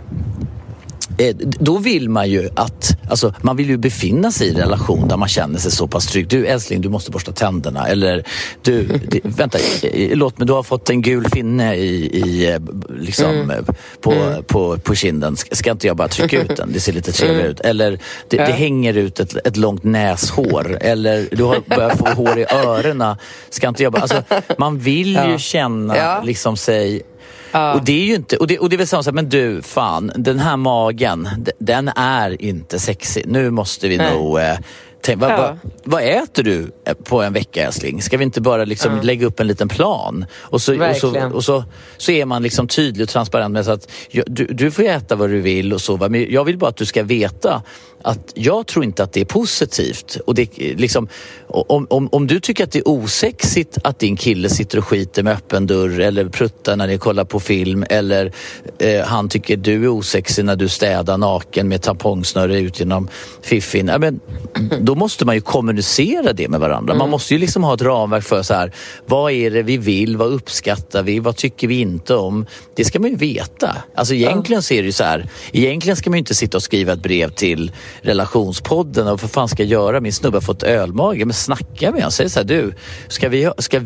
då vill man ju att, alltså man vill ju befinna sig i en relation där man känner sig så pass trygg. Du älskling, du måste borsta tänderna. Eller du, det, vänta, låt mig, du har fått en gul finne i, i liksom mm. på, mm. på, på kinden. Ska inte jag bara trycka ut den? Det ser lite trevligt mm. ut. Eller det, ja. det hänger ut ett, ett långt näshår. Eller du har börjat få hår i öronen. Ska inte jag bara, alltså man vill ja. ju känna ja. liksom sig. Uh. Och det är ju inte, och det, och det är väl samma så här, men du, fan, den här magen, den är inte sexig. Nu måste vi mm. nog eh, tänka, ja. vad, vad, vad äter du på en vecka, älskling? Ska vi inte bara liksom uh. lägga upp en liten plan? Och så, och så, och så, så är man liksom tydlig och transparent med så att du, du får äta vad du vill och så, men jag vill bara att du ska veta att jag tror inte att det är positivt. Och det, liksom, om, om, om du tycker att det är osexigt att din kille sitter och skiter med öppen dörr eller pruttar när ni kollar på film, eller eh, han tycker du är osexig när du städar naken med tampongsnöre ut genom fiffin, ja, men, då måste man ju kommunicera det med varandra. Mm. Man måste ju liksom ha ett ramverk för så här, vad är det vi vill, vad uppskattar vi, vad tycker vi inte om? Det ska man ju veta. Alltså egentligen så är det ju så här, egentligen ska man ju inte sitta och skriva ett brev till relationspodden och för fan ska jag göra, min snubbe har fått ölmage, men snacka med honom, säg så här, du, ska vi, ska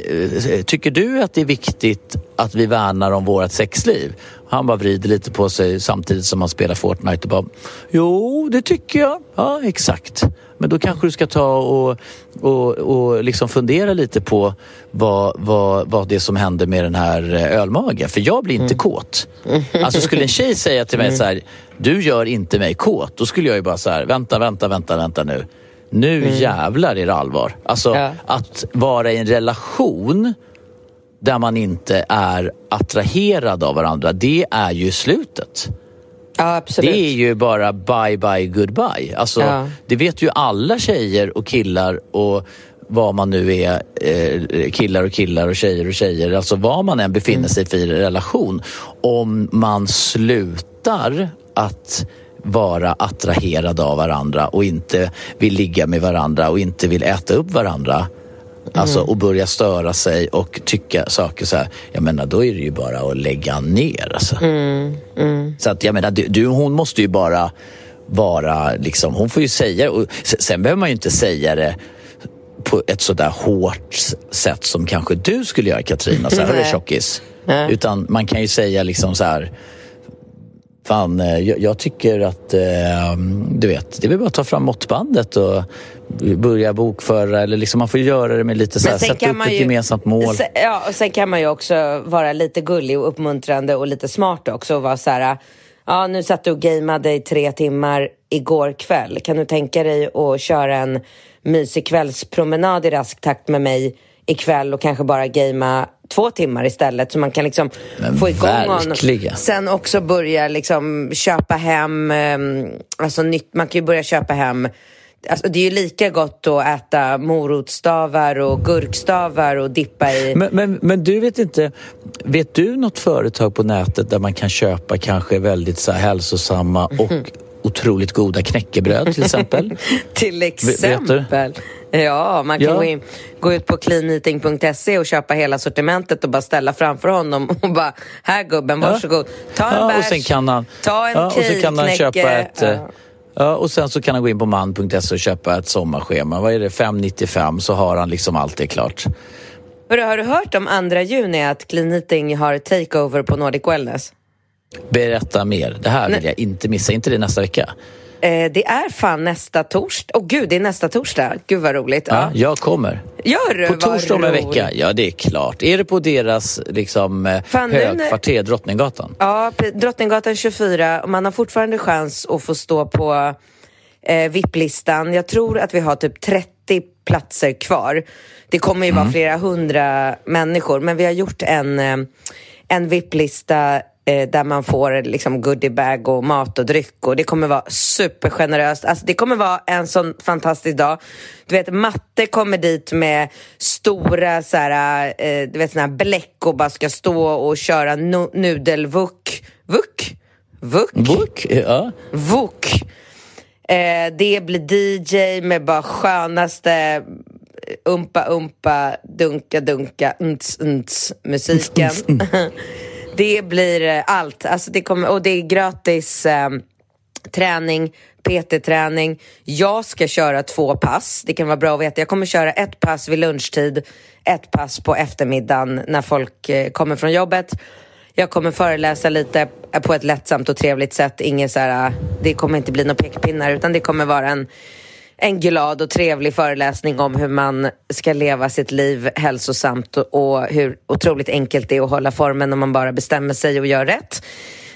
vi tycker du att det är viktigt att vi värnar om vårt sexliv? Han bara vrider lite på sig samtidigt som han spelar Fortnite och bara, jo, det tycker jag. Ja, exakt. Men då kanske du ska ta och, och, och liksom fundera lite på vad, vad, vad det är som händer med den här ölmagen. För jag blir inte mm. kåt. Alltså skulle en tjej säga till mig mm. så här, du gör inte mig kåt, då skulle jag ju bara så här, vänta, vänta, vänta, vänta nu. Nu mm. jävlar är det allvar. Alltså ja. att vara i en relation där man inte är attraherad av varandra, det är ju slutet. Ja, absolut. Det är ju bara bye bye goodbye. Alltså, ja. det vet ju alla tjejer och killar och vad man nu är, eh, killar och killar och tjejer och tjejer, alltså vad man än befinner sig mm. i en relation. Om man slutar att vara attraherad av varandra och inte vill ligga med varandra och inte vill äta upp varandra, Alltså, och börja störa sig och tycka saker så här. Jag menar, då är det ju bara att lägga ner. Alltså. Mm, mm. Så att jag menar, du, hon måste ju bara vara liksom, hon får ju säga, och sen behöver man ju inte säga det på ett sådär hårt sätt som kanske du skulle göra, Katrina, så här, hörru tjockis. Nej. Utan man kan ju säga liksom så här, fan, jag, jag tycker att eh, du vet, det vill bara ta fram måttbandet och börja bokföra, eller liksom man får göra det med lite så här, sätta upp ett ju, gemensamt mål. Sen, ja, och sen kan man ju också vara lite gullig och uppmuntrande och lite smart också och vara så här, ja, nu satt du och gameade i tre timmar igår kväll. Kan du tänka dig att köra en mysig kvällspromenad i rask takt med mig ikväll och kanske bara gamea två timmar istället, så man kan liksom men få igång verkligen. Och sen också börja liksom köpa hem, alltså nytt, man kan ju börja köpa hem, alltså det är ju lika gott att äta morotstavar och gurkstavar och dippa i. Men, men, men du vet inte, vet du något företag på nätet där man kan köpa kanske väldigt så här hälsosamma och mm. otroligt goda knäckebröd till exempel? Till exempel. Ja, man kan ja. Gå, in, gå ut på clean eating punkt se och köpa hela sortimentet och bara ställa framför honom och bara, här gubben, varsågod. Ta en ja, bärs, och sen kan han, ta en ja, och sen kan han köpa ett... Ja. Ja, och sen så kan han gå in på man punkt se och köpa ett sommarschema. Vad är det? fem nittiofem, så har han liksom allt det klart. Hörru, har du hört om andra juni att Clean Eating har takeover på Nordic Wellness? Berätta mer. Det här vill Nej. jag inte missa. Inte det nästa vecka? Eh, det är fan nästa torsdag. Åh oh, gud, det är nästa torsdag. Gud vad roligt. Ja, ja. Jag kommer. Gör du? På torsdag om en vecka. Ja, det är klart. Är det på deras liksom, fan, högkvarter, nu... Drottninggatan? Ja, Drottninggatan tjugofyra. Och man har fortfarande chans att få stå på eh, V I P-listan. Jag tror att vi har typ trettio platser kvar. Det kommer ju mm. vara flera hundra människor. Men vi har gjort en, eh, en V I P-lista eh, där man får liksom goodiebag och mat och dryck. Och det kommer vara supergeneröst. Alltså det kommer vara en sån fantastisk dag. Du vet, Matte kommer dit med stora så här, eh, du vet, såna här bläck och bara ska stå och köra no- nudelvuk. Vuk? Vuk? Vuk, ja. Vuk. Eh, det blir D J med bara skönaste umpa umpa dunka dunka nts, nts, musiken. Det blir allt. Alltså det kommer, och det är gratis eh, träning, P T-träning. Jag ska köra två pass. Det kan vara bra att veta. Jag kommer köra ett pass vid lunchtid, ett pass på eftermiddagen när folk eh, kommer från jobbet. Jag kommer föreläsa lite på ett lättsamt och trevligt sätt. Inget så här, det kommer inte bli några pekpinnar, utan det kommer vara en, en glad och trevlig föreläsning om hur man ska leva sitt liv hälsosamt och, och hur otroligt enkelt det är att hålla formen om man bara bestämmer sig och gör rätt.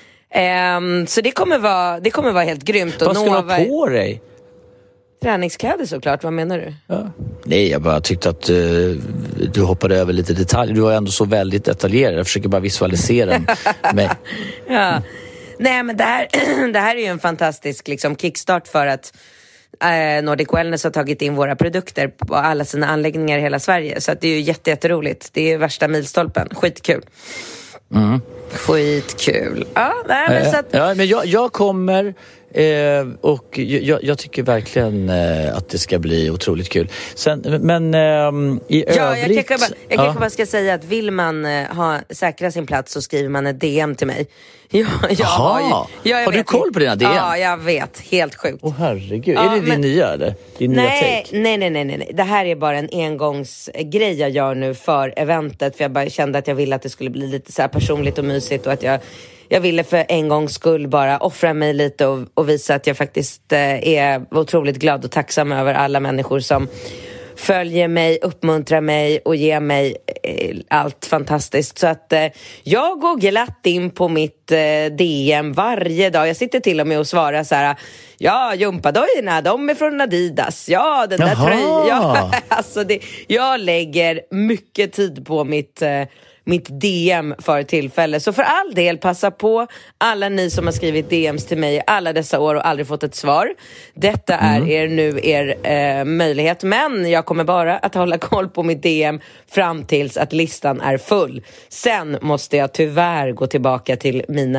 Um, så det kommer vara, det kommer vara helt grymt. Vad ska du ha på dig? Träningskläder såklart, vad menar du? Ja. Nej, jag bara tyckte att uh, du hoppade över lite detaljer. Du var ändå så väldigt detaljerad. Jag försöker bara visualisera mig. Ja. Nej, men det här, det här är ju en fantastisk liksom, kickstart för att uh, Nordic Wellness har tagit in våra produkter på alla sina anläggningar i hela Sverige. Så att det är ju jätte, jätteroligt. Det är värsta milstolpen. Skitkul. Mm. Skitkul. Ja, nej, men, så att... ja, men jag, jag kommer... Eh, och jag, jag tycker verkligen eh, att det ska bli otroligt kul. Sen, men eh, i ja, övrigt... Jag kanske bara, jag kanske bara ska säga att vill man eh, ha, säkra sin plats så skriver man ett D M till mig. Ja, jag har ju, ja, jag har vet, du koll på dina D M? Ja, jag vet. Helt sjukt. Åh oh, herregud. Ja, är det men... din nya eller? Din nej, nya nej, nej, nej, nej. Det här är bara en engångsgrej jag gör nu för eventet. För jag bara kände att jag ville att det skulle bli lite så här personligt och mysigt. Och att jag, jag ville för en gångs skull bara offra mig lite och, och visa att jag faktiskt eh, är otroligt glad och tacksam över alla människor som följer mig, uppmuntrar mig och ger mig eh, allt fantastiskt. Så att eh, jag går glatt in på mitt eh, D M varje dag. Jag sitter till och med och svarar så här: ja, gympadojorna, de är från Adidas. Ja, den där tröjan. Ja, alltså det, jag lägger mycket tid på mitt... Eh, mitt D M för tillfälle. Så för all del, passa på alla ni som har skrivit D Ms till mig alla dessa år och aldrig fått ett svar. Detta är mm. er nu er eh, möjlighet. Men jag kommer bara att hålla koll på mitt D M fram tills att listan är full. Sen måste jag tyvärr gå tillbaka till mina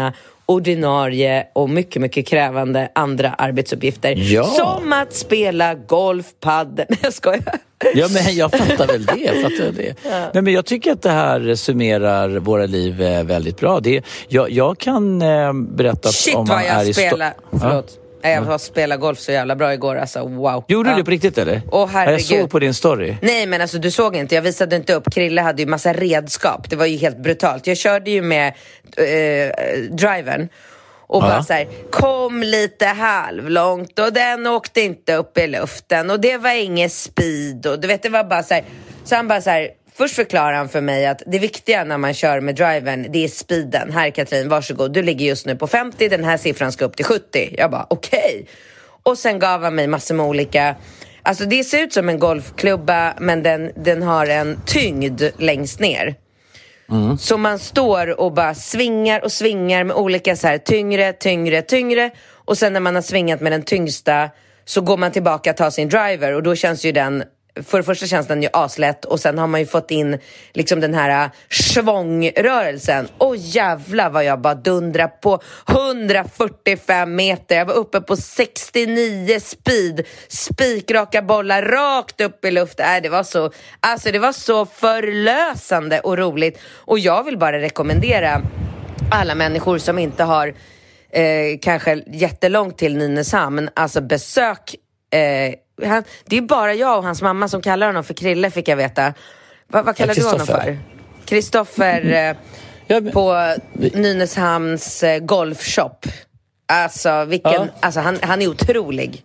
ordinarie och mycket, mycket krävande andra arbetsuppgifter. Ja. Som att spela golf, paddel. Jag skojar. Ja, men jag fattar väl det. Jag, fattar det. Ja. Nej, men jag tycker att det här summerar våra liv väldigt bra. Det, jag, jag kan eh, berätta Shit, om man är i... Shit vad jag spelar. Förlåt. Ja. Jag har spelat golf så jävla bra igår, alltså wow. Gjorde ja. du det på riktigt eller? Åh, herregud. Jag såg på din story. Nej, men alltså du såg inte, jag visade inte upp. Krille hade ju massa redskap, det var ju helt brutalt. Jag körde ju med eh, drivern och ja. bara så här, kom lite halvlångt och den åkte inte upp i luften och det var ingen speed och du vet, det var bara så här. Så han bara så här, först förklarar han för mig att det viktiga när man kör med drivern, det är speeden. Här Katrin, varsågod, du ligger just nu på femtio, den här siffran ska upp till sjuttio. Jag bara, okej. Okay. Och sen gav han mig massor med olika... Alltså det ser ut som en golfklubba, men den, den har en tyngd längst ner. Mm. Så man står och bara svingar och svingar med olika så här tyngre, tyngre, tyngre. Och sen när man har svingat med den tyngsta så går man tillbaka och tar sin driver. Och då känns ju den... För det första känns den ju aslätt och sen har man ju fått in liksom den här svångrörelsen. Åh jävla vad jag bara dundrar på hundrafyrtiofem meter. Jag var uppe på sextionio speed. Spikraka bollar rakt upp i luften. Äh, det var så, alltså det var så förlösande och roligt. Och jag vill bara rekommendera alla människor som inte har eh, kanske jättelångt till Nynäshamn. Alltså besök... Eh, Han, det är bara jag och hans mamma som kallar honom för Krille, fick jag veta. Va, vad kallar ja, du honom för? Kristoffer eh, på Nynäshamns eh, golfshop. Alltså, vilken, ja. alltså han, han är otrolig.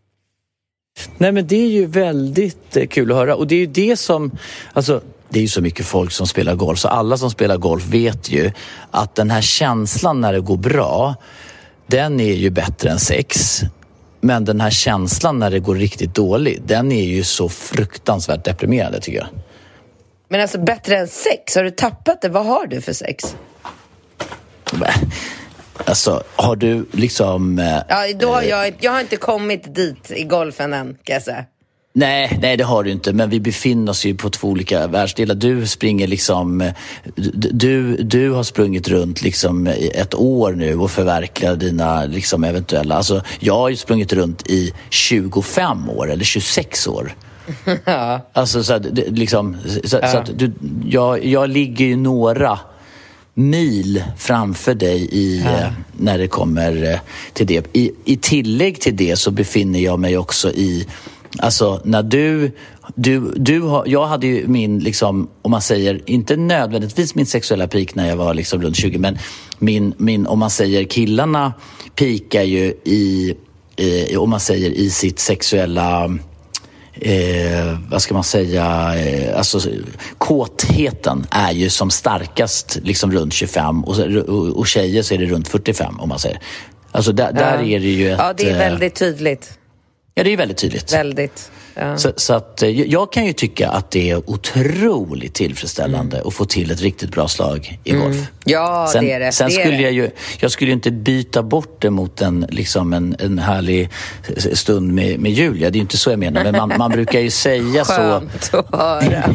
Nej, men det är ju väldigt eh, kul att höra. Och det är ju det som... Alltså, det är ju så mycket folk som spelar golf. Så alla som spelar golf vet ju att den här känslan när det går bra, den är ju bättre än sex. Men den här känslan när det går riktigt dåligt, den är ju så fruktansvärt deprimerande tycker jag. Men alltså bättre än sex? Har du tappat det? Vad har du för sex? Alltså, har du liksom... Eh, ja, då har jag, jag har inte kommit dit i golfen än, kan jag säga. Nej, nej, det har du inte. Men vi befinner oss ju på två olika världsdelar. Du springer liksom... Du, du har sprungit runt liksom ett år nu och förverkligat dina liksom eventuella... Alltså, jag har ju sprungit runt i tjugofem år eller tjugosex år. Ja. Alltså, så att, liksom... Så, ja. så att du, jag, jag ligger ju några mil framför dig i, ja. eh, när det kommer eh, till det. I, I tillägg till det så befinner jag mig också i... Alltså när du, du, du har, jag hade ju min liksom, om man säger, inte nödvändigtvis min sexuella peak när jag var liksom runt tjugo, men min, min om man säger killarna peakar ju i, eh, om man säger i sitt sexuella, eh, vad ska man säga, eh, alltså kåtheten är ju som starkast liksom runt tjugofem och, och, och tjejer så är det runt fyrtiofem om man säger. Alltså där, där ja. är det ju ett, ja, det är väldigt tydligt. Ja, det är väldigt tydligt. Väldigt. Ja. Så, så att jag kan ju tycka att det är otroligt tillfredsställande mm. att få till ett riktigt bra slag i golf. Mm. Ja, sen, det är det. Sen det skulle är jag ju, jag skulle ju inte byta bort det mot en, liksom en, en härlig stund med, med Julia. Det är ju inte så jag menar, men man, man brukar ju säga så. Skönt att höra.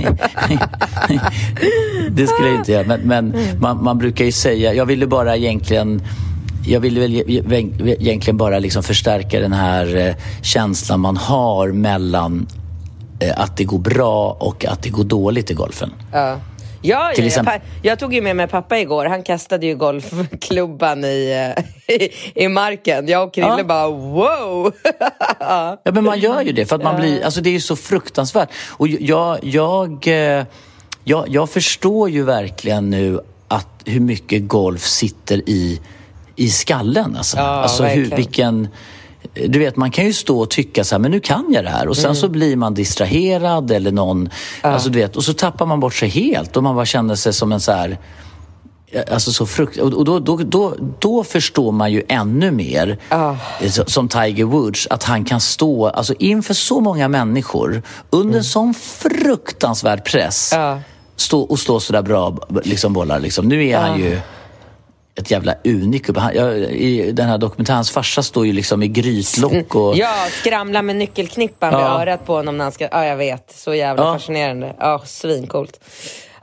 Det skulle jag inte göra, men, men man, man brukar ju säga, jag ville bara egentligen... Jag vill väl egentligen bara liksom förstärka den här eh, känslan man har mellan eh, att det går bra och att det går dåligt i golfen. Ja, ja, Till ja exempel... jag, jag tog ju med mig pappa igår. Han kastade ju golfklubban i, i, i marken. Jag och Krille ja. bara, wow! Ja, men man gör ju det för att man blir, alltså det är ju så fruktansvärt. Och jag, jag, eh, jag, jag förstår ju verkligen nu att hur mycket golf sitter i i skallen alltså. Ja, alltså hur, vilken, du vet, man kan ju stå och tycka så här, men nu kan jag det här och sen mm. så blir man distraherad eller någon, ja. alltså du vet, och så tappar man bort sig helt och man bara känner sig som en så här, alltså så frukt, och då, då, då, då förstår man ju ännu mer oh. som Tiger Woods, att han kan stå alltså inför så många människor under mm. sån fruktansvärd press oh. stå och slå så där bra liksom bollar liksom. Nu är oh. han ju ett jävla unikum. I den här dokumentären, hans farsa står ju liksom i grytlock och... Ja, skramla med nyckelknippan ja. vid örat på honom när han ska... Ja, jag vet. Så jävla ja. fascinerande. Ja, svincoolt. Så, ja,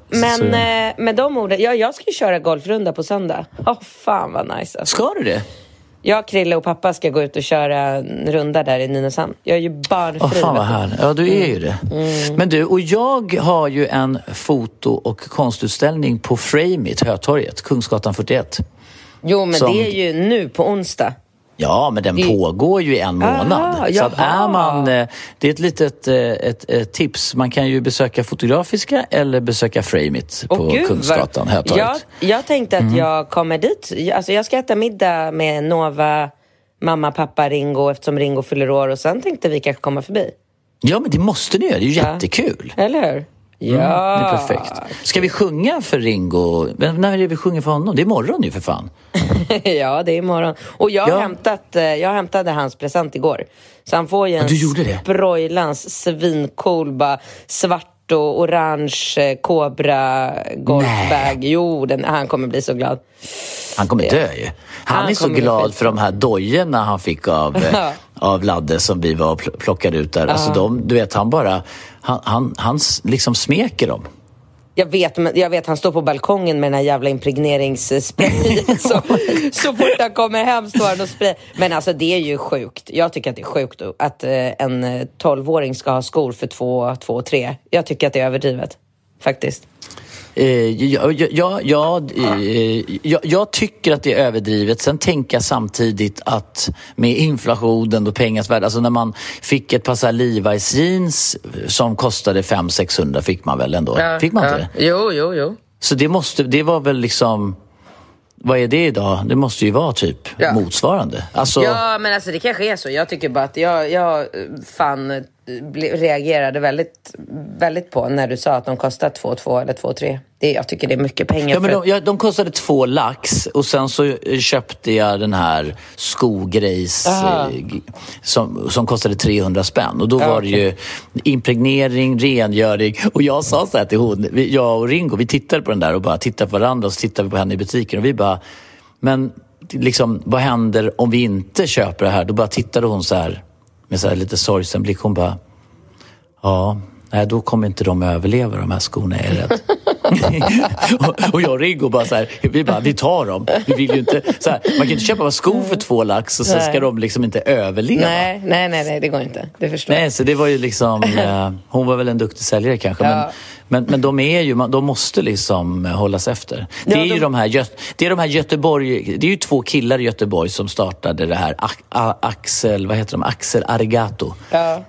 men Så... eh, med de orden, ja, jag ska ju köra golfrunda på söndag. Åh, oh, fan vad nice. Alltså. Ska du det? Jag, Krille och pappa ska gå ut och köra en runda där i Nynäshamn. Jag är ju barnfri. Åh, fan vad härligt. Ja, du är ju det. Mm. Men du, och jag har ju en foto- och konstutställning på Frameit, Hötorget, Kungsgatan fyrtioett. Jo, men som... det är ju nu på onsdag. Ja, men den det... pågår ju i en månad. Aha, så att är man, det är ett litet ett, ett tips. Man kan ju besöka Fotografiska eller besöka Frameit på oh, Gud, Kungsgatan. Var... Jag, jag tänkte att mm. jag kommer dit. Alltså jag ska äta middag med Nova, mamma, pappa, Ringo, eftersom Ringo fyller år. Och sen tänkte vi kanske komma förbi. Ja, men det måste ni göra. Det är ju ja. jättekul. Eller hur? Ja. Mm, det är perfekt. Ska vi sjunga för Ringo? När är det vi sjunger för honom? Det är imorgon ju för fan. Ja, det är imorgon. Och jag, ja. har hämtat, jag hämtade hans present igår. Så han får ju en broilans svincool, bara svart och orange kobra golfbag. Jo, den, han kommer bli så glad. Han kommer dö ju. Han, han är så glad för de här dojorna han fick av, av Ladde som vi var plockade ut där. Alltså de, du vet, han bara han, han, han liksom smeker dem. Jag vet, men jag vet, han står på balkongen med den här jävla impregneringssprayen. så, så fort han kommer hem står han och sprayar. Men alltså det är ju sjukt. Jag tycker att det är sjukt att eh, en tolvåring ska ha skor för två, två, tre. Jag tycker att det är överdrivet, faktiskt. Eh, jag, jag, jag, eh, jag, jag tycker att det är överdrivet. Sen tänker jag samtidigt att med inflationen och pengars värde, alltså när man fick ett par så här Levi's jeans som kostade fem sexhundra fick man väl ändå? Ja, fick man ja. inte det? Jo, jo, jo. Så det måste, det var väl liksom, vad är det idag? Det måste ju vara typ ja. motsvarande. Alltså... Ja, men alltså det kanske är så. Jag tycker bara att jag, jag fan reagerade väldigt, väldigt på när du sa att de kostar två två eller två tre. Det, jag tycker det är mycket pengar. Ja, men för... de, ja, de kostade två lax och sen så köpte jag den här skogrejs eh, som, som kostade trehundra spänn. Och då ja, var det okay. ju impregnering, rengöring. Och jag sa så här till hon, vi, jag och Ringo, vi tittade på den där och bara tittade på varandra och så tittade vi på henne i butiken och vi bara, men liksom, vad händer om vi inte köper det här? Då bara tittade hon så här med så här lite sorgsen blick. Hon bara, ja, nej, då kommer inte de överleva, de här skorna, är jag rädd. och, och jag och Ringo bara så här, vi bara, vi tar dem. Vi vill ju inte, så här, man kan inte köpa skor för två lax och så ska de liksom inte överleva. Nej, nej, nej, nej, det går inte. Det förstår jag. Nej, så det var ju liksom, eh, hon var väl en duktig säljare kanske, ja. men, men, men de är ju, de måste liksom hållas efter. Det är ja, de... ju de här, det är de här Göteborg, det är ju två killar i Göteborg som startade det här, Axel, vad heter de? Axel Arigato. Ja.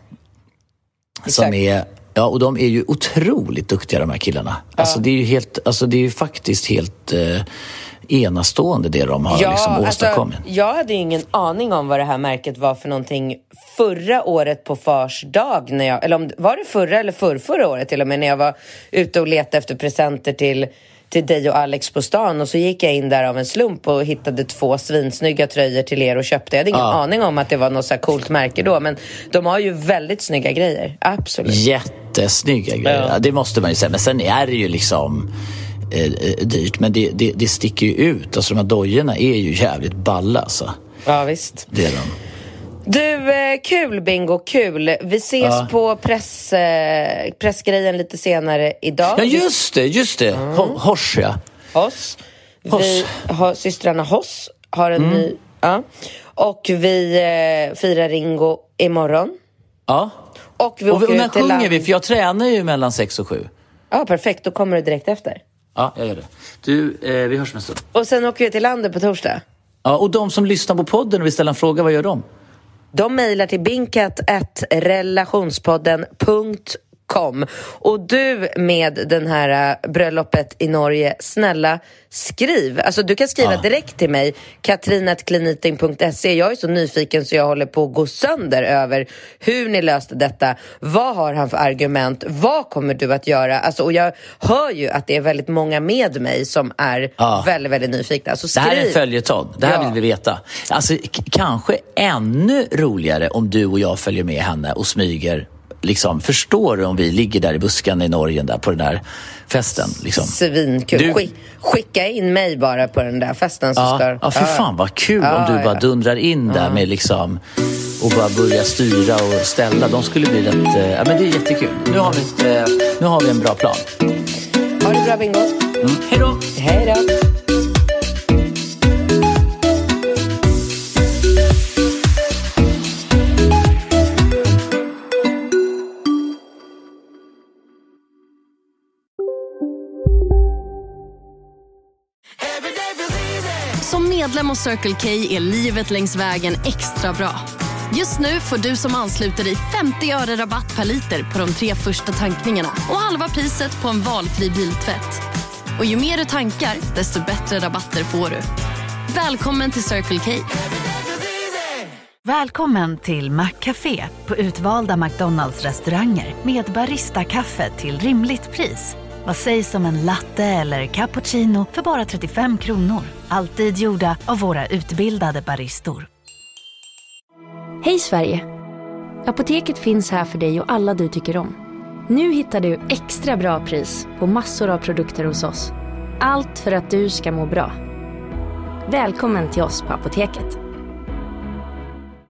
Som Exakt. är, ja, och de är ju otroligt duktiga, de här killarna. Ja. Alltså det är ju helt, alltså det är ju faktiskt helt eh, enastående det de har ja, liksom åstadkommit. Alltså, jag hade ju ingen aning om vad det här märket var för någonting förra året på Fars dag, när jag, eller om var det förra eller förr, förra året till och med, när jag var ute och letade efter presenter till till dig och Alex på stan, och så gick jag in där av en slump och hittade två svinsnygga tröjor till er och köpte. Jag hade ingen ja. aning om att det var något så här coolt märke då, men de har ju väldigt snygga grejer, absolut. Jättesnygga grejer, ja. Det måste man ju säga, men sen är det ju liksom eh, dyrt, men det, det, det sticker ju ut, alltså de här dojorna är ju jävligt balla alltså. Ja, visst. Det är de. Du, eh, kul Bingo, kul. Vi ses ja. på press, eh, pressgrejen lite senare idag. Ja, just det, just det. Mm. Hoss, ja. Hoss. Vi har systrarna Hoss har en mm. ny... Ja. Och vi eh, firar Ringo imorgon. Ja. Och vi och, åker och när ut till sjunger land. vi? För jag tränar ju mellan sex och sju. Ja, perfekt. Då kommer du direkt efter. Ja, jag gör det. Du, eh, vi hörs med stund. Och sen åker vi till landet på torsdag. Ja, och de som lyssnar på podden och vill ställa en fråga, vad gör de? De mejlar till binkat at relationspodden punkt com. Och du med den här bröllopet i Norge, snälla skriv. Alltså du kan skriva ja. direkt till mig, katrin at kliniting punkt se. Jag är så nyfiken så jag håller på att gå sönder över hur ni löste detta. Vad har han för argument? Vad kommer du att göra? Alltså, och jag hör ju att det är väldigt många med mig som är ja. väldigt, väldigt nyfikna. Så skriv. Det här är en följetong. Det här ja. vill vi veta. Alltså k- kanske ännu roligare om du och jag följer med henne och smyger. Liksom, förstår du om vi ligger där i buskan i Norge där på den där festen liksom. Svinkul. Du... Skick, skicka in mig bara på den där festen så ja, ska... ja, för fan vad kul ja, om du ja. bara dundrar in där ja. med liksom och bara börja styra och ställa. De skulle bli rätt... Ja, men det är jättekul. Nu har vi, ett, nu har vi en bra plan. Ha det bra, Bingo. Mm. Hej då! Hej då! Som medlem hos Circle K är livet längs vägen extra bra. Just nu får du som ansluter dig femtio öre rabatt per liter på de tre första tankningarna och halva priset på en valfri biltvätt. Och ju mer du tankar, desto bättre rabatter får du. Välkommen till Circle K. Välkommen till Maccafé på utvalda McDonalds restauranger med Barista-kaffe till rimligt pris. Vad sägs om en latte eller cappuccino för bara trettiofem kronor? Alltid gjorda av våra utbildade baristor. Hej Sverige! Apoteket finns här för dig och alla du tycker om. Nu hittar du extra bra pris på massor av produkter hos oss. Allt för att du ska må bra. Välkommen till oss på Apoteket.